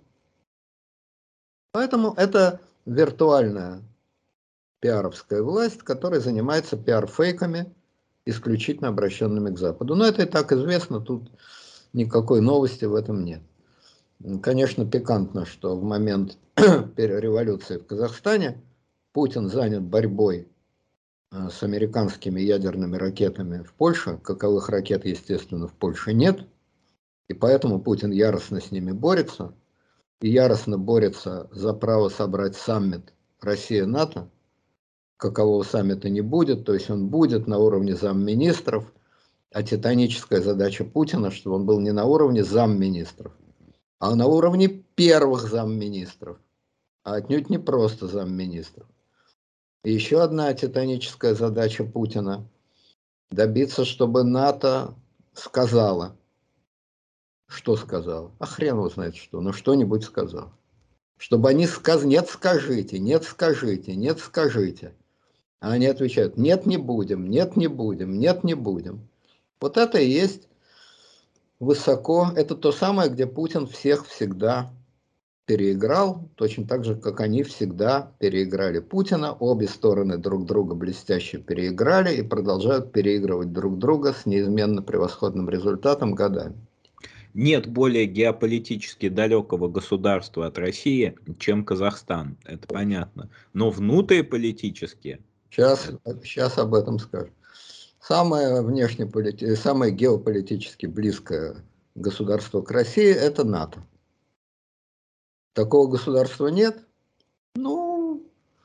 [SPEAKER 1] Поэтому это виртуальная пиаровская власть, которая занимается пиар-фейками, исключительно обращенными к Западу. Но это и так известно, тут никакой новости в этом нет. Конечно, пикантно, что в момент революции в Казахстане Путин занят борьбой с американскими ядерными ракетами в Польше, каковых ракет, естественно, в Польше нет, и поэтому Путин яростно с ними борется, и яростно борется за право собрать саммит Россия-НАТО, какового саммита не будет, то есть он будет на уровне замминистров, а титаническая задача Путина, чтобы он был не на уровне замминистров, а на уровне первых замминистров, а отнюдь не просто замминистров. И еще одна титаническая задача Путина – добиться, чтобы НАТО сказала, что сказала, а хрен его знает что, но что-нибудь сказала. Чтобы они сказали, нет, скажите, нет, скажите, нет, скажите. А они отвечают, нет, не будем, нет, не будем, нет, не будем. Вот это и есть высоко, это то самое, где Путин всех всегда переиграл, точно так же, как они всегда переиграли Путина. Обе стороны друг друга блестяще переиграли и продолжают переигрывать друг друга с неизменно превосходным результатом годами.
[SPEAKER 2] Нет более геополитически далекого государства от России, чем Казахстан, это понятно. Но внутриполитически...
[SPEAKER 1] Сейчас, сейчас об этом скажу. Самое внешнеполити... самое геополитически близкое государство к России – это НАТО. Такого государства нет? Ну,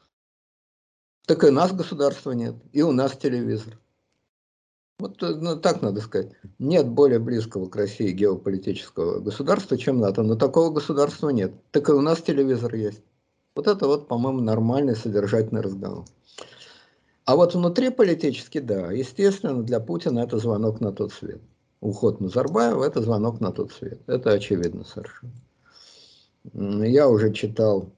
[SPEAKER 1] так и у нас государства нет, и у нас телевизор. Вот ну, так надо сказать. Нет более близкого к России геополитического государства, чем НАТО, но такого государства нет. Так и у нас телевизор есть. Вот это вот, по-моему, нормальный содержательный разговор. А вот внутриполитически, да, естественно, для Путина это звонок на тот свет. Уход Назарбаева – это звонок на тот свет. Это очевидно совершенно. Я уже читал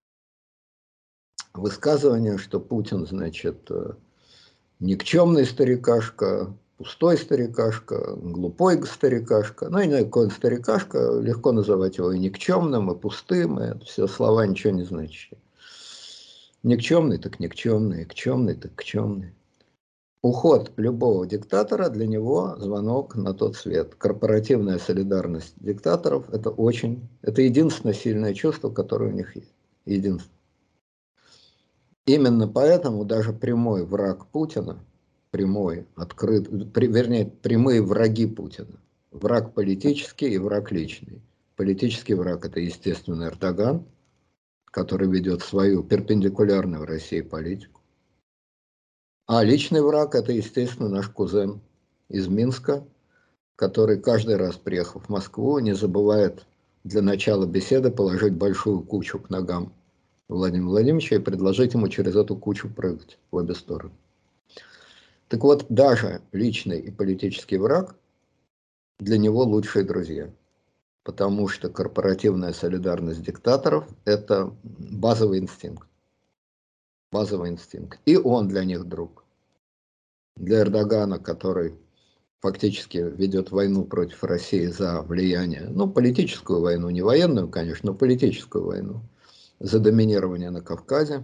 [SPEAKER 1] высказывание, что Путин, значит, никчемный старикашка, пустой старикашка, глупой старикашка. Ну, и не какой он старикашка, легко называть его и никчемным, и пустым, и это все слова ничего не значащие. Никчемный так никчемный, никчемный так никчемный. Уход любого диктатора для него звонок на тот свет. Корпоративная солидарность диктаторов – это очень, это единственное сильное чувство, которое у них есть. Единственное. Именно поэтому даже прямой враг Путина, прямой, открыт, при, вернее, прямые враги Путина, враг политический и враг личный. Политический враг – это, естественно, Эрдоган, который ведет свою перпендикулярную России политику. А личный враг – это, естественно, наш кузен из Минска, который каждый раз, приехав в Москву, не забывает для начала беседы положить большую кучу к ногам Владимира Владимировича и предложить ему через эту кучу прыгать в обе стороны. Так вот, даже личный и политический враг для него лучшие друзья, потому что корпоративная солидарность диктаторов – это базовый инстинкт. Базовый инстинкт. И он для них друг. Для Эрдогана, который фактически ведет войну против России за влияние, ну, политическую войну, не военную, конечно, но политическую войну, за доминирование на Кавказе.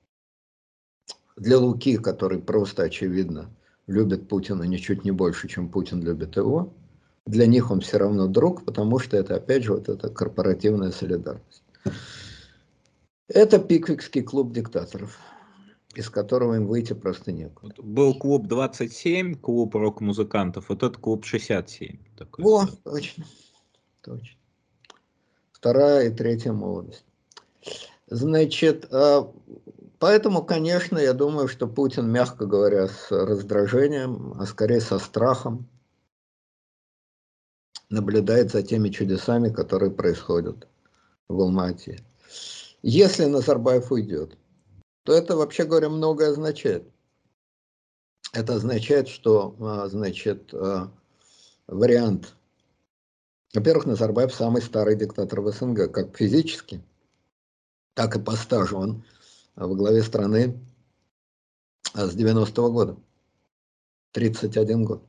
[SPEAKER 1] Для Луки, который просто, очевидно, любит Путина ничуть не больше, чем Путин любит его, для них он все равно друг, потому что это, опять же, вот эта корпоративная солидарность. Это пиквикский клуб диктаторов, из которого им выйти просто некуда.
[SPEAKER 2] Был клуб двадцать семь, клуб рок-музыкантов, вот этот клуб шестьдесят семь. Такой.
[SPEAKER 1] Во, точно, точно. Вторая и третья молодость. Значит, поэтому, конечно, я думаю, что Путин, мягко говоря, с раздражением, а скорее со страхом, наблюдает за теми чудесами, которые происходят в Алма-Ате. Если Назарбаев уйдет, то это, вообще говоря, многое означает. Это означает, что, значит, вариант... Во-первых, Назарбаев самый старый диктатор в СНГ, как физически, так и по стажу. Он во главе страны с девяностого года. тридцать один год.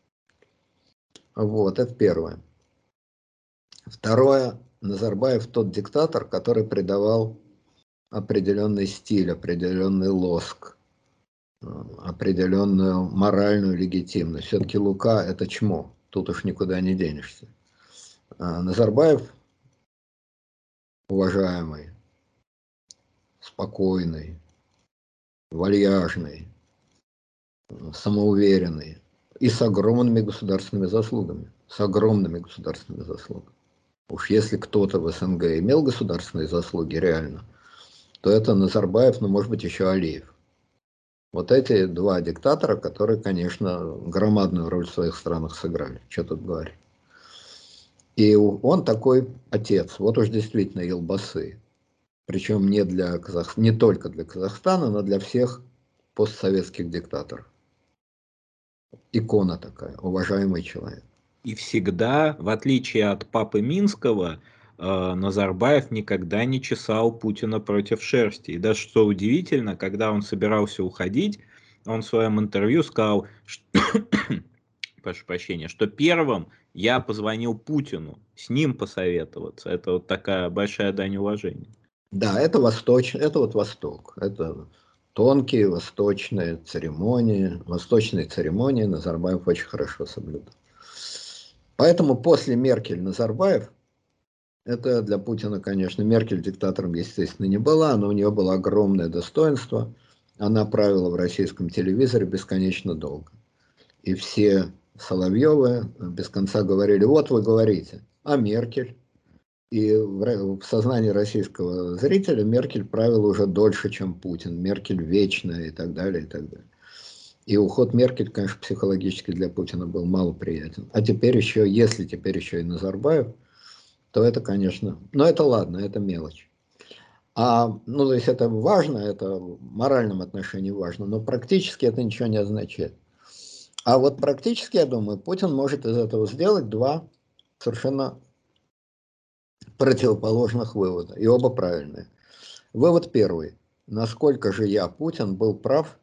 [SPEAKER 1] Вот, это первое. Второе, Назарбаев тот диктатор, который придавал определенный стиль, определенный лоск, определенную моральную легитимность. Все-таки Лука – это чмо, тут уж никуда не денешься. А Назарбаев уважаемый, спокойный, вальяжный, самоуверенный и с огромными государственными заслугами. С огромными государственными заслугами. Уж если кто-то в СНГ имел государственные заслуги реально, то это Назарбаев, ну, может быть, еще Алиев. Вот эти два диктатора, которые, конечно, громадную роль в своих странах сыграли. Что тут говорить. И он такой отец. Вот уж действительно елбасы. Причем не, для Казах... не только для Казахстана, но для всех постсоветских диктаторов. Икона такая, уважаемый человек.
[SPEAKER 2] И всегда, в отличие от папы Минского, Назарбаев никогда не чесал Путина против шерсти. И даже что удивительно, когда он собирался уходить, он в своем интервью сказал, что, прошу прощения, что первым я позвонил Путину, с ним посоветоваться. Это вот такая большая дань уважения.
[SPEAKER 1] Да, это восточ... это вот Восток. Это тонкие восточные церемонии. Восточные церемонии Назарбаев очень хорошо соблюдал. Поэтому после Меркель Назарбаев, это для Путина, конечно, Меркель диктатором, естественно, не была, но у нее было огромное достоинство. Она правила в российском телевизоре бесконечно долго. И все Соловьевы без конца говорили, вот вы говорите, а Меркель? И в сознании российского зрителя Меркель правила уже дольше, чем Путин. Меркель вечная и так далее, и так далее. И уход Меркель, конечно, психологически для Путина был малоприятен. А теперь еще, если теперь еще и Назарбаев, то это, конечно, но это ладно, это мелочь. А, ну, то есть это важно, это в моральном отношении важно, но практически это ничего не означает. А вот практически, я думаю, Путин может из этого сделать два совершенно противоположных вывода, и оба правильные. Вывод первый. Насколько же я, Путин, был прав,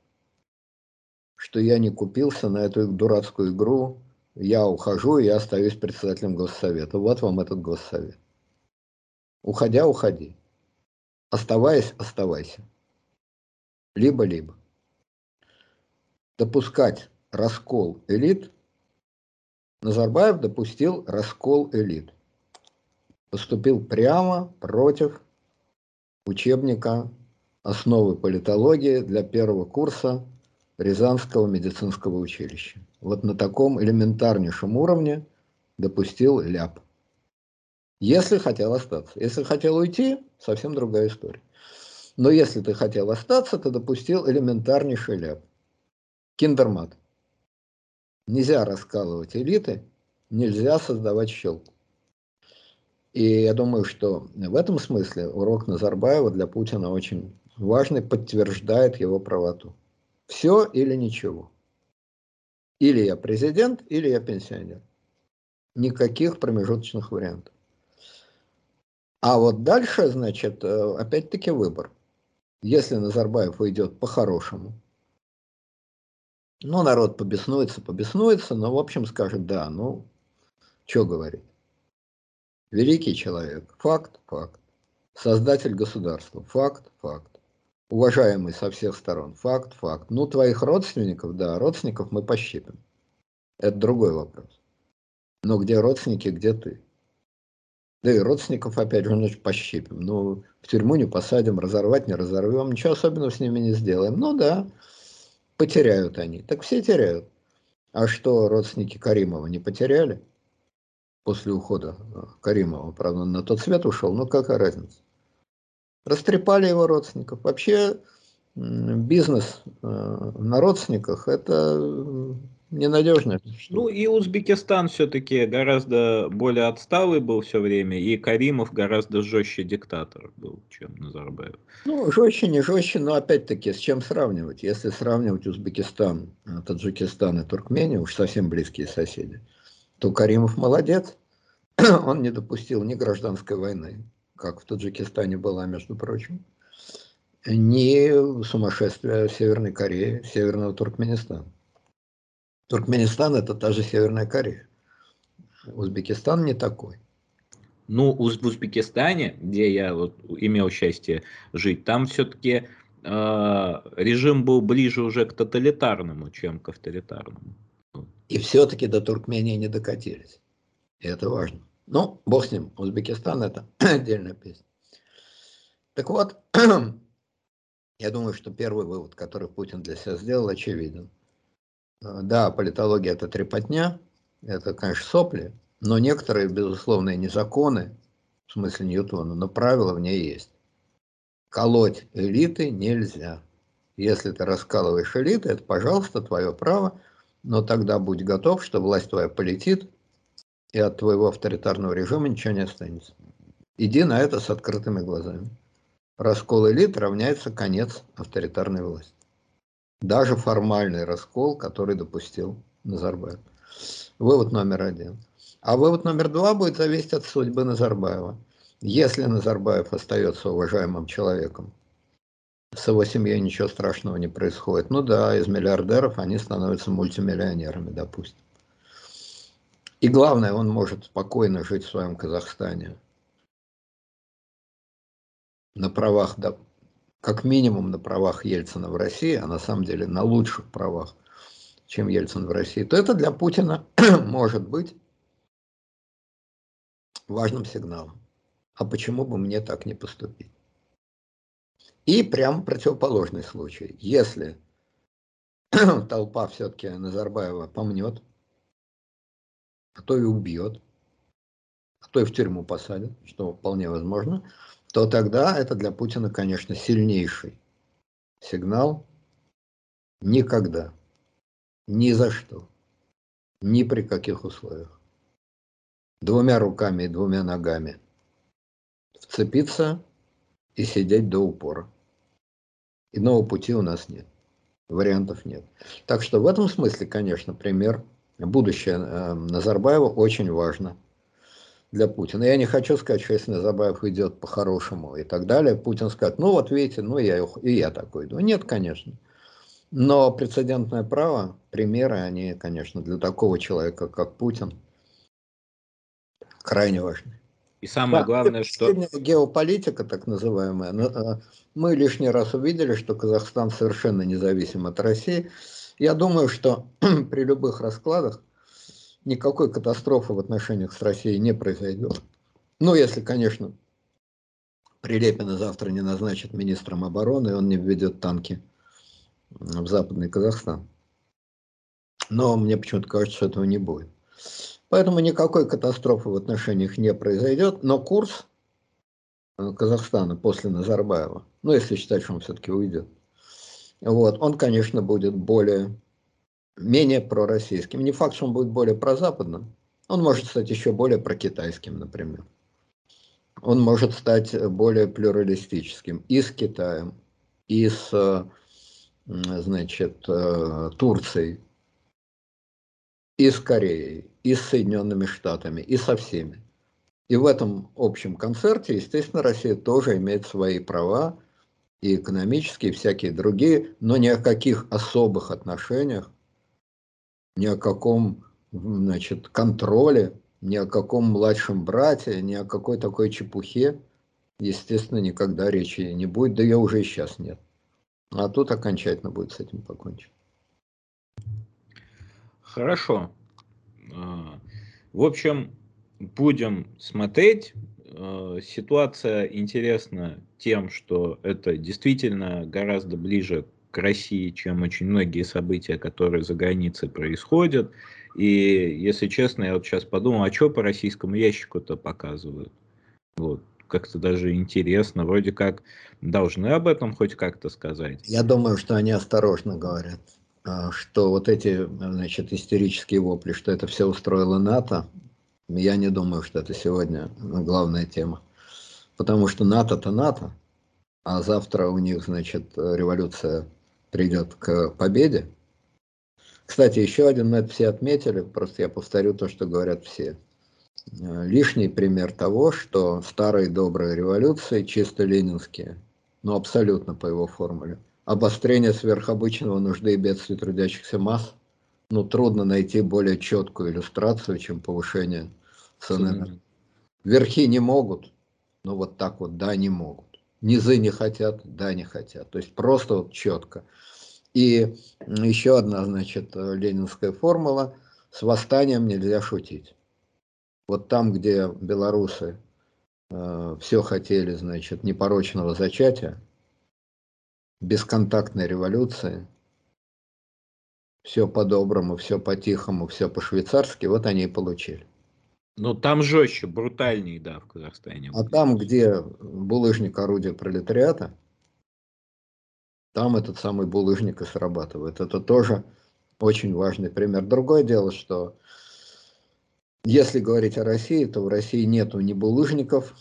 [SPEAKER 1] что я не купился на эту дурацкую игру, я ухожу, и я остаюсь председателем Госсовета. Вот вам этот Госсовет. Уходя, уходи. Оставаясь, оставайся. Либо-либо. Допускать раскол элит, Назарбаев допустил раскол элит. Поступил прямо против учебника «Основы политологии» для первого курса Рязанского медицинского училища. Вот на таком элементарнейшем уровне допустил ляп. Если хотел остаться. Если хотел уйти, совсем другая история. Но если ты хотел остаться, ты допустил элементарнейший ляп. Киндермат. Нельзя раскалывать элиты, нельзя создавать щелку. И я думаю, что в этом смысле урок Назарбаева для Путина очень важный, подтверждает его правоту. Все или ничего. Или я президент, или я пенсионер. Никаких промежуточных вариантов. А вот дальше, значит, опять-таки выбор. Если Назарбаев уйдет по-хорошему, ну, народ побеснуется, побеснуется, но, в общем, скажет, да, ну, что говорить. Великий человек, факт, факт. Создатель государства, факт, факт. Уважаемый со всех сторон, факт, факт. Ну, твоих родственников, да, родственников мы пощипим. Это другой вопрос. Но где родственники, где ты? Да и родственников, опять же, значит, пощипим. Ну, в тюрьму не посадим, разорвать не разорвем, ничего особенного с ними не сделаем. Ну да, потеряют они. Так все теряют. А что, родственники Каримова не потеряли? После ухода Каримова, правда, он на тот свет ушел, ну какая разница? Растрепали его родственников. Вообще бизнес на родственниках – это ненадежная штука.
[SPEAKER 2] Ну и Узбекистан все-таки гораздо более отсталый был все время, и Каримов гораздо жестче диктатор был, чем Назарбаев.
[SPEAKER 1] Ну, жестче, не жестче, но опять-таки с чем сравнивать? Если сравнивать Узбекистан, Таджикистан и Туркмению, уж совсем близкие соседи, то Каримов молодец. Он не допустил ни гражданской войны, как в Таджикистане была, между прочим, ни сумасшествия Северной Кореи, Северного Туркменистана. Туркменистан – это та же Северная Корея. Узбекистан не такой.
[SPEAKER 2] Ну, в Узбекистане, где я вот имел счастье жить, там все-таки э, режим был ближе уже к тоталитарному, чем к авторитарному.
[SPEAKER 1] И все-таки до Туркмении не докатились. И это важно. Ну, бог с ним. Узбекистан – это отдельная песня. Так вот, я думаю, что первый вывод, который Путин для себя сделал, очевиден. Да, политология – это трепотня, это, конечно, сопли, но некоторые, безусловно, не законы, в смысле Ньютона, но правила в ней есть. Колоть элиты нельзя. Если ты раскалываешь элиты, это, пожалуйста, твое право, но тогда будь готов, что власть твоя полетит, и от твоего авторитарного режима ничего не останется. Иди на это с открытыми глазами. Раскол элит равняется конец авторитарной власти. Даже формальный раскол, который допустил Назарбаев. Вывод номер один. А вывод номер два будет зависеть от судьбы Назарбаева. Если Назарбаев остается уважаемым человеком, с его семьей ничего страшного не происходит. Ну да, из миллиардеров они становятся мультимиллионерами, допустим. И главное, он может спокойно жить в своем Казахстане. На правах, да, как минимум на правах Ельцина в России, а на самом деле на лучших правах, чем Ельцин в России, то это для Путина может быть важным сигналом. А почему бы мне так не поступить? И прям противоположный случай. Если толпа все-таки Назарбаева помнет, а то и убьет, а то и в тюрьму посадят, что вполне возможно, то тогда это для Путина, конечно, сильнейший сигнал. Никогда, ни за что, ни при каких условиях, двумя руками и двумя ногами вцепиться и сидеть до упора. Иного пути у нас нет, вариантов нет. Так что в этом смысле, конечно, пример, будущее э, Назарбаева очень важно для Путина. Я не хочу сказать, что если Назарбаев идет по-хорошему и так далее, Путин скажет, ну вот видите, ну я, и я такой иду. Нет, конечно. Но прецедентное право, примеры, они, конечно, для такого человека, как Путин, крайне важны.
[SPEAKER 2] И самое
[SPEAKER 1] Да,
[SPEAKER 2] главное, что...
[SPEAKER 1] последняя геополитика, так называемая, но, э, мы лишний раз увидели, что Казахстан совершенно независим от России. Я думаю, что при любых раскладах никакой катастрофы в отношениях с Россией не произойдет. Ну, если, конечно, Прилепина завтра не назначит министром обороны, и он не введет танки в Западный Казахстан. Но мне почему-то кажется, что этого не будет. Поэтому никакой катастрофы в отношениях не произойдет, но курс Казахстана после Назарбаева, ну, если считать, что он все-таки уйдет, вот, он, конечно, будет более, менее пророссийским. Не факт, что он будет более прозападным, он может стать еще более прокитайским, например. Он может стать более плюралистическим и с Китаем, и с, значит, Турцией, и с Кореей, и с Соединенными Штатами, и со всеми. И в этом общем концерте, естественно, Россия тоже имеет свои права, и экономические, и всякие другие, но ни о каких особых отношениях, ни о каком, значит, контроле, ни о каком младшем брате, ни о какой такой чепухе, естественно, никогда речи не будет, да ее уже и сейчас нет. А тут окончательно будет с этим покончено.
[SPEAKER 2] Хорошо. В общем, будем смотреть. Ситуация интересна тем, что это действительно гораздо ближе к России, чем очень многие события, которые за границей происходят. И, если честно, я вот сейчас подумал, а что по российскому ящику-то показывают? Вот. Как-то даже интересно, вроде как должны об этом хоть как-то сказать.
[SPEAKER 1] Я думаю, что они осторожно говорят, что вот эти, значит, истерические вопли, что это все устроило НАТО, я не думаю, что это сегодня главная тема. Потому что НАТО-то НАТО, а завтра у них, значит, революция придет к победе. Кстати, еще один, мы это все отметили, просто я повторю то, что говорят все. Лишний пример того, что старые добрые революции, чисто ленинские, но абсолютно по его формуле, обострение сверхобычного нужды и бедствий трудящихся масс, ну, трудно найти более четкую иллюстрацию, чем повышение цены. Верхи не могут, но вот так вот, да, не могут. Низы не хотят, да, не хотят. То есть просто вот четко. И еще одна, значит, ленинская формула: с восстанием нельзя шутить. Вот там, где белорусы э, все хотели, значит, непорочного зачатия, бесконтактной революции, все по-доброму, все по-тихому, все по-швейцарски, вот они и получили.
[SPEAKER 2] Ну, там жестче, брутальнее, да, в Казахстане.
[SPEAKER 1] А там, где булыжник орудия пролетариата, там этот самый булыжник и срабатывает. Это тоже очень важный пример. Другое дело, что если говорить о России, то в России нету ни булыжников,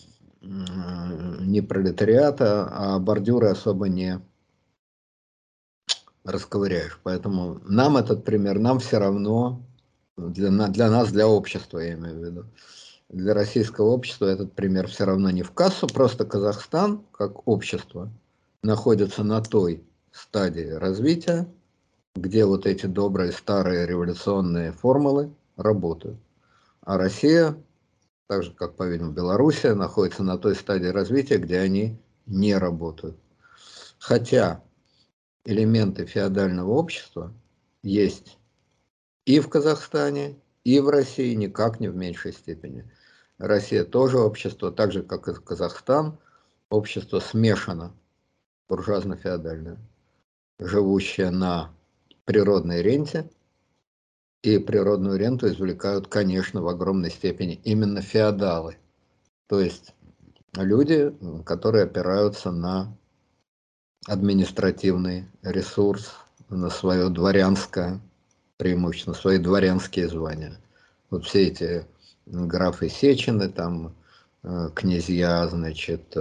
[SPEAKER 1] ни пролетариата, а бордюры особо не расковыряешь. Поэтому нам этот пример, нам все равно, для, для нас, для общества, я имею в виду, для российского общества этот пример все равно не в кассу, просто Казахстан, как общество, находится на той стадии развития, где вот эти добрые старые революционные формулы работают. А Россия, так же как, по-видимому, Белоруссия, находится на той стадии развития, где они не работают. Хотя элементы феодального общества есть и в Казахстане, и в России, никак не в меньшей степени. Россия тоже общество, так же как и Казахстан, общество смешано, буржуазно-феодальное, живущее на природной ренте, и природную ренту извлекают, конечно, в огромной степени именно феодалы, то есть люди, которые опираются на административный ресурс, на свое дворянское преимущественно, свои дворянские звания. Вот все эти графы Сечины, там, князья, значит,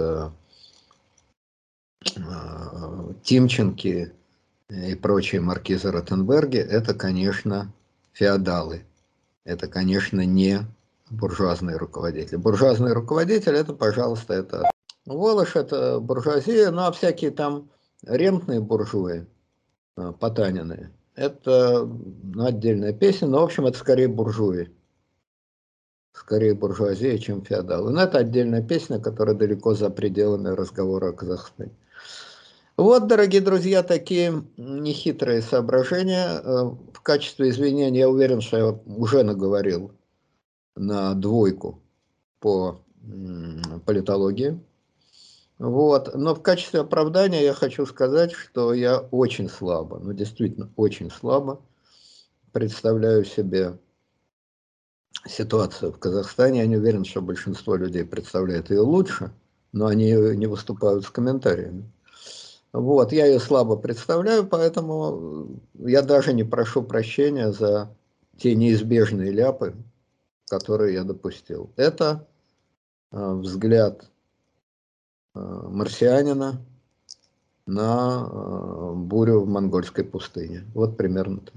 [SPEAKER 1] Тимченки и прочие маркизы Ротенберги, это, конечно, феодалы. Это, конечно, не буржуазные руководители. Буржуазный руководитель, это, пожалуйста, это Волош, это буржуазия, ну а всякие там рентные буржуи, Потанины, это, ну, отдельная песня, но, в общем, это скорее буржуи. скорее буржуазия, чем феодалы. Но это отдельная песня, которая далеко за пределами разговора о Казахстане. Вот, дорогие друзья, такие нехитрые соображения. В качестве извинения, я уверен, что я уже наговорил на двойку по политологии. Вот. Но в качестве оправдания я хочу сказать, что я очень слабо, ну действительно очень слабо представляю себе ситуацию в Казахстане. Я не уверен, что большинство людей представляет ее лучше, но они не выступают с комментариями. Вот, я ее слабо представляю, поэтому я даже не прошу прощения за те неизбежные ляпы, которые я допустил. Это э, взгляд э, марсианина на э, бурю в монгольской пустыне. Вот примерно так.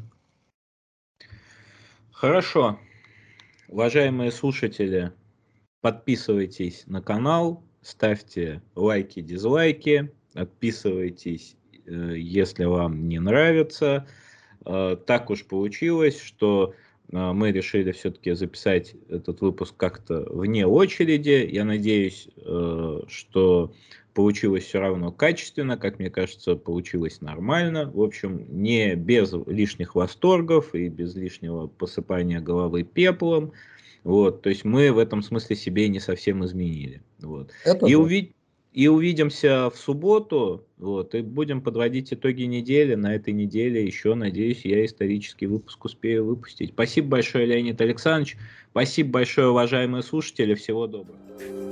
[SPEAKER 2] Хорошо. Уважаемые слушатели, подписывайтесь на канал, ставьте лайки, дизлайки, отписывайтесь, если вам не нравится. Так уж получилось, что мы решили все-таки записать этот выпуск как-то вне очереди. Я надеюсь, что получилось все равно качественно, как мне кажется, получилось нормально. В общем, не без лишних восторгов и без лишнего посыпания головы пеплом. Вот, то есть мы в этом смысле себе не совсем изменили. Вот.
[SPEAKER 1] Это
[SPEAKER 2] И,
[SPEAKER 1] да.
[SPEAKER 2] уви... и увидимся в субботу, вот, и будем подводить итоги недели. На этой неделе еще, надеюсь, я исторический выпуск успею выпустить. Спасибо большое, Леонид Александрович. Спасибо большое, уважаемые слушатели. Всего доброго.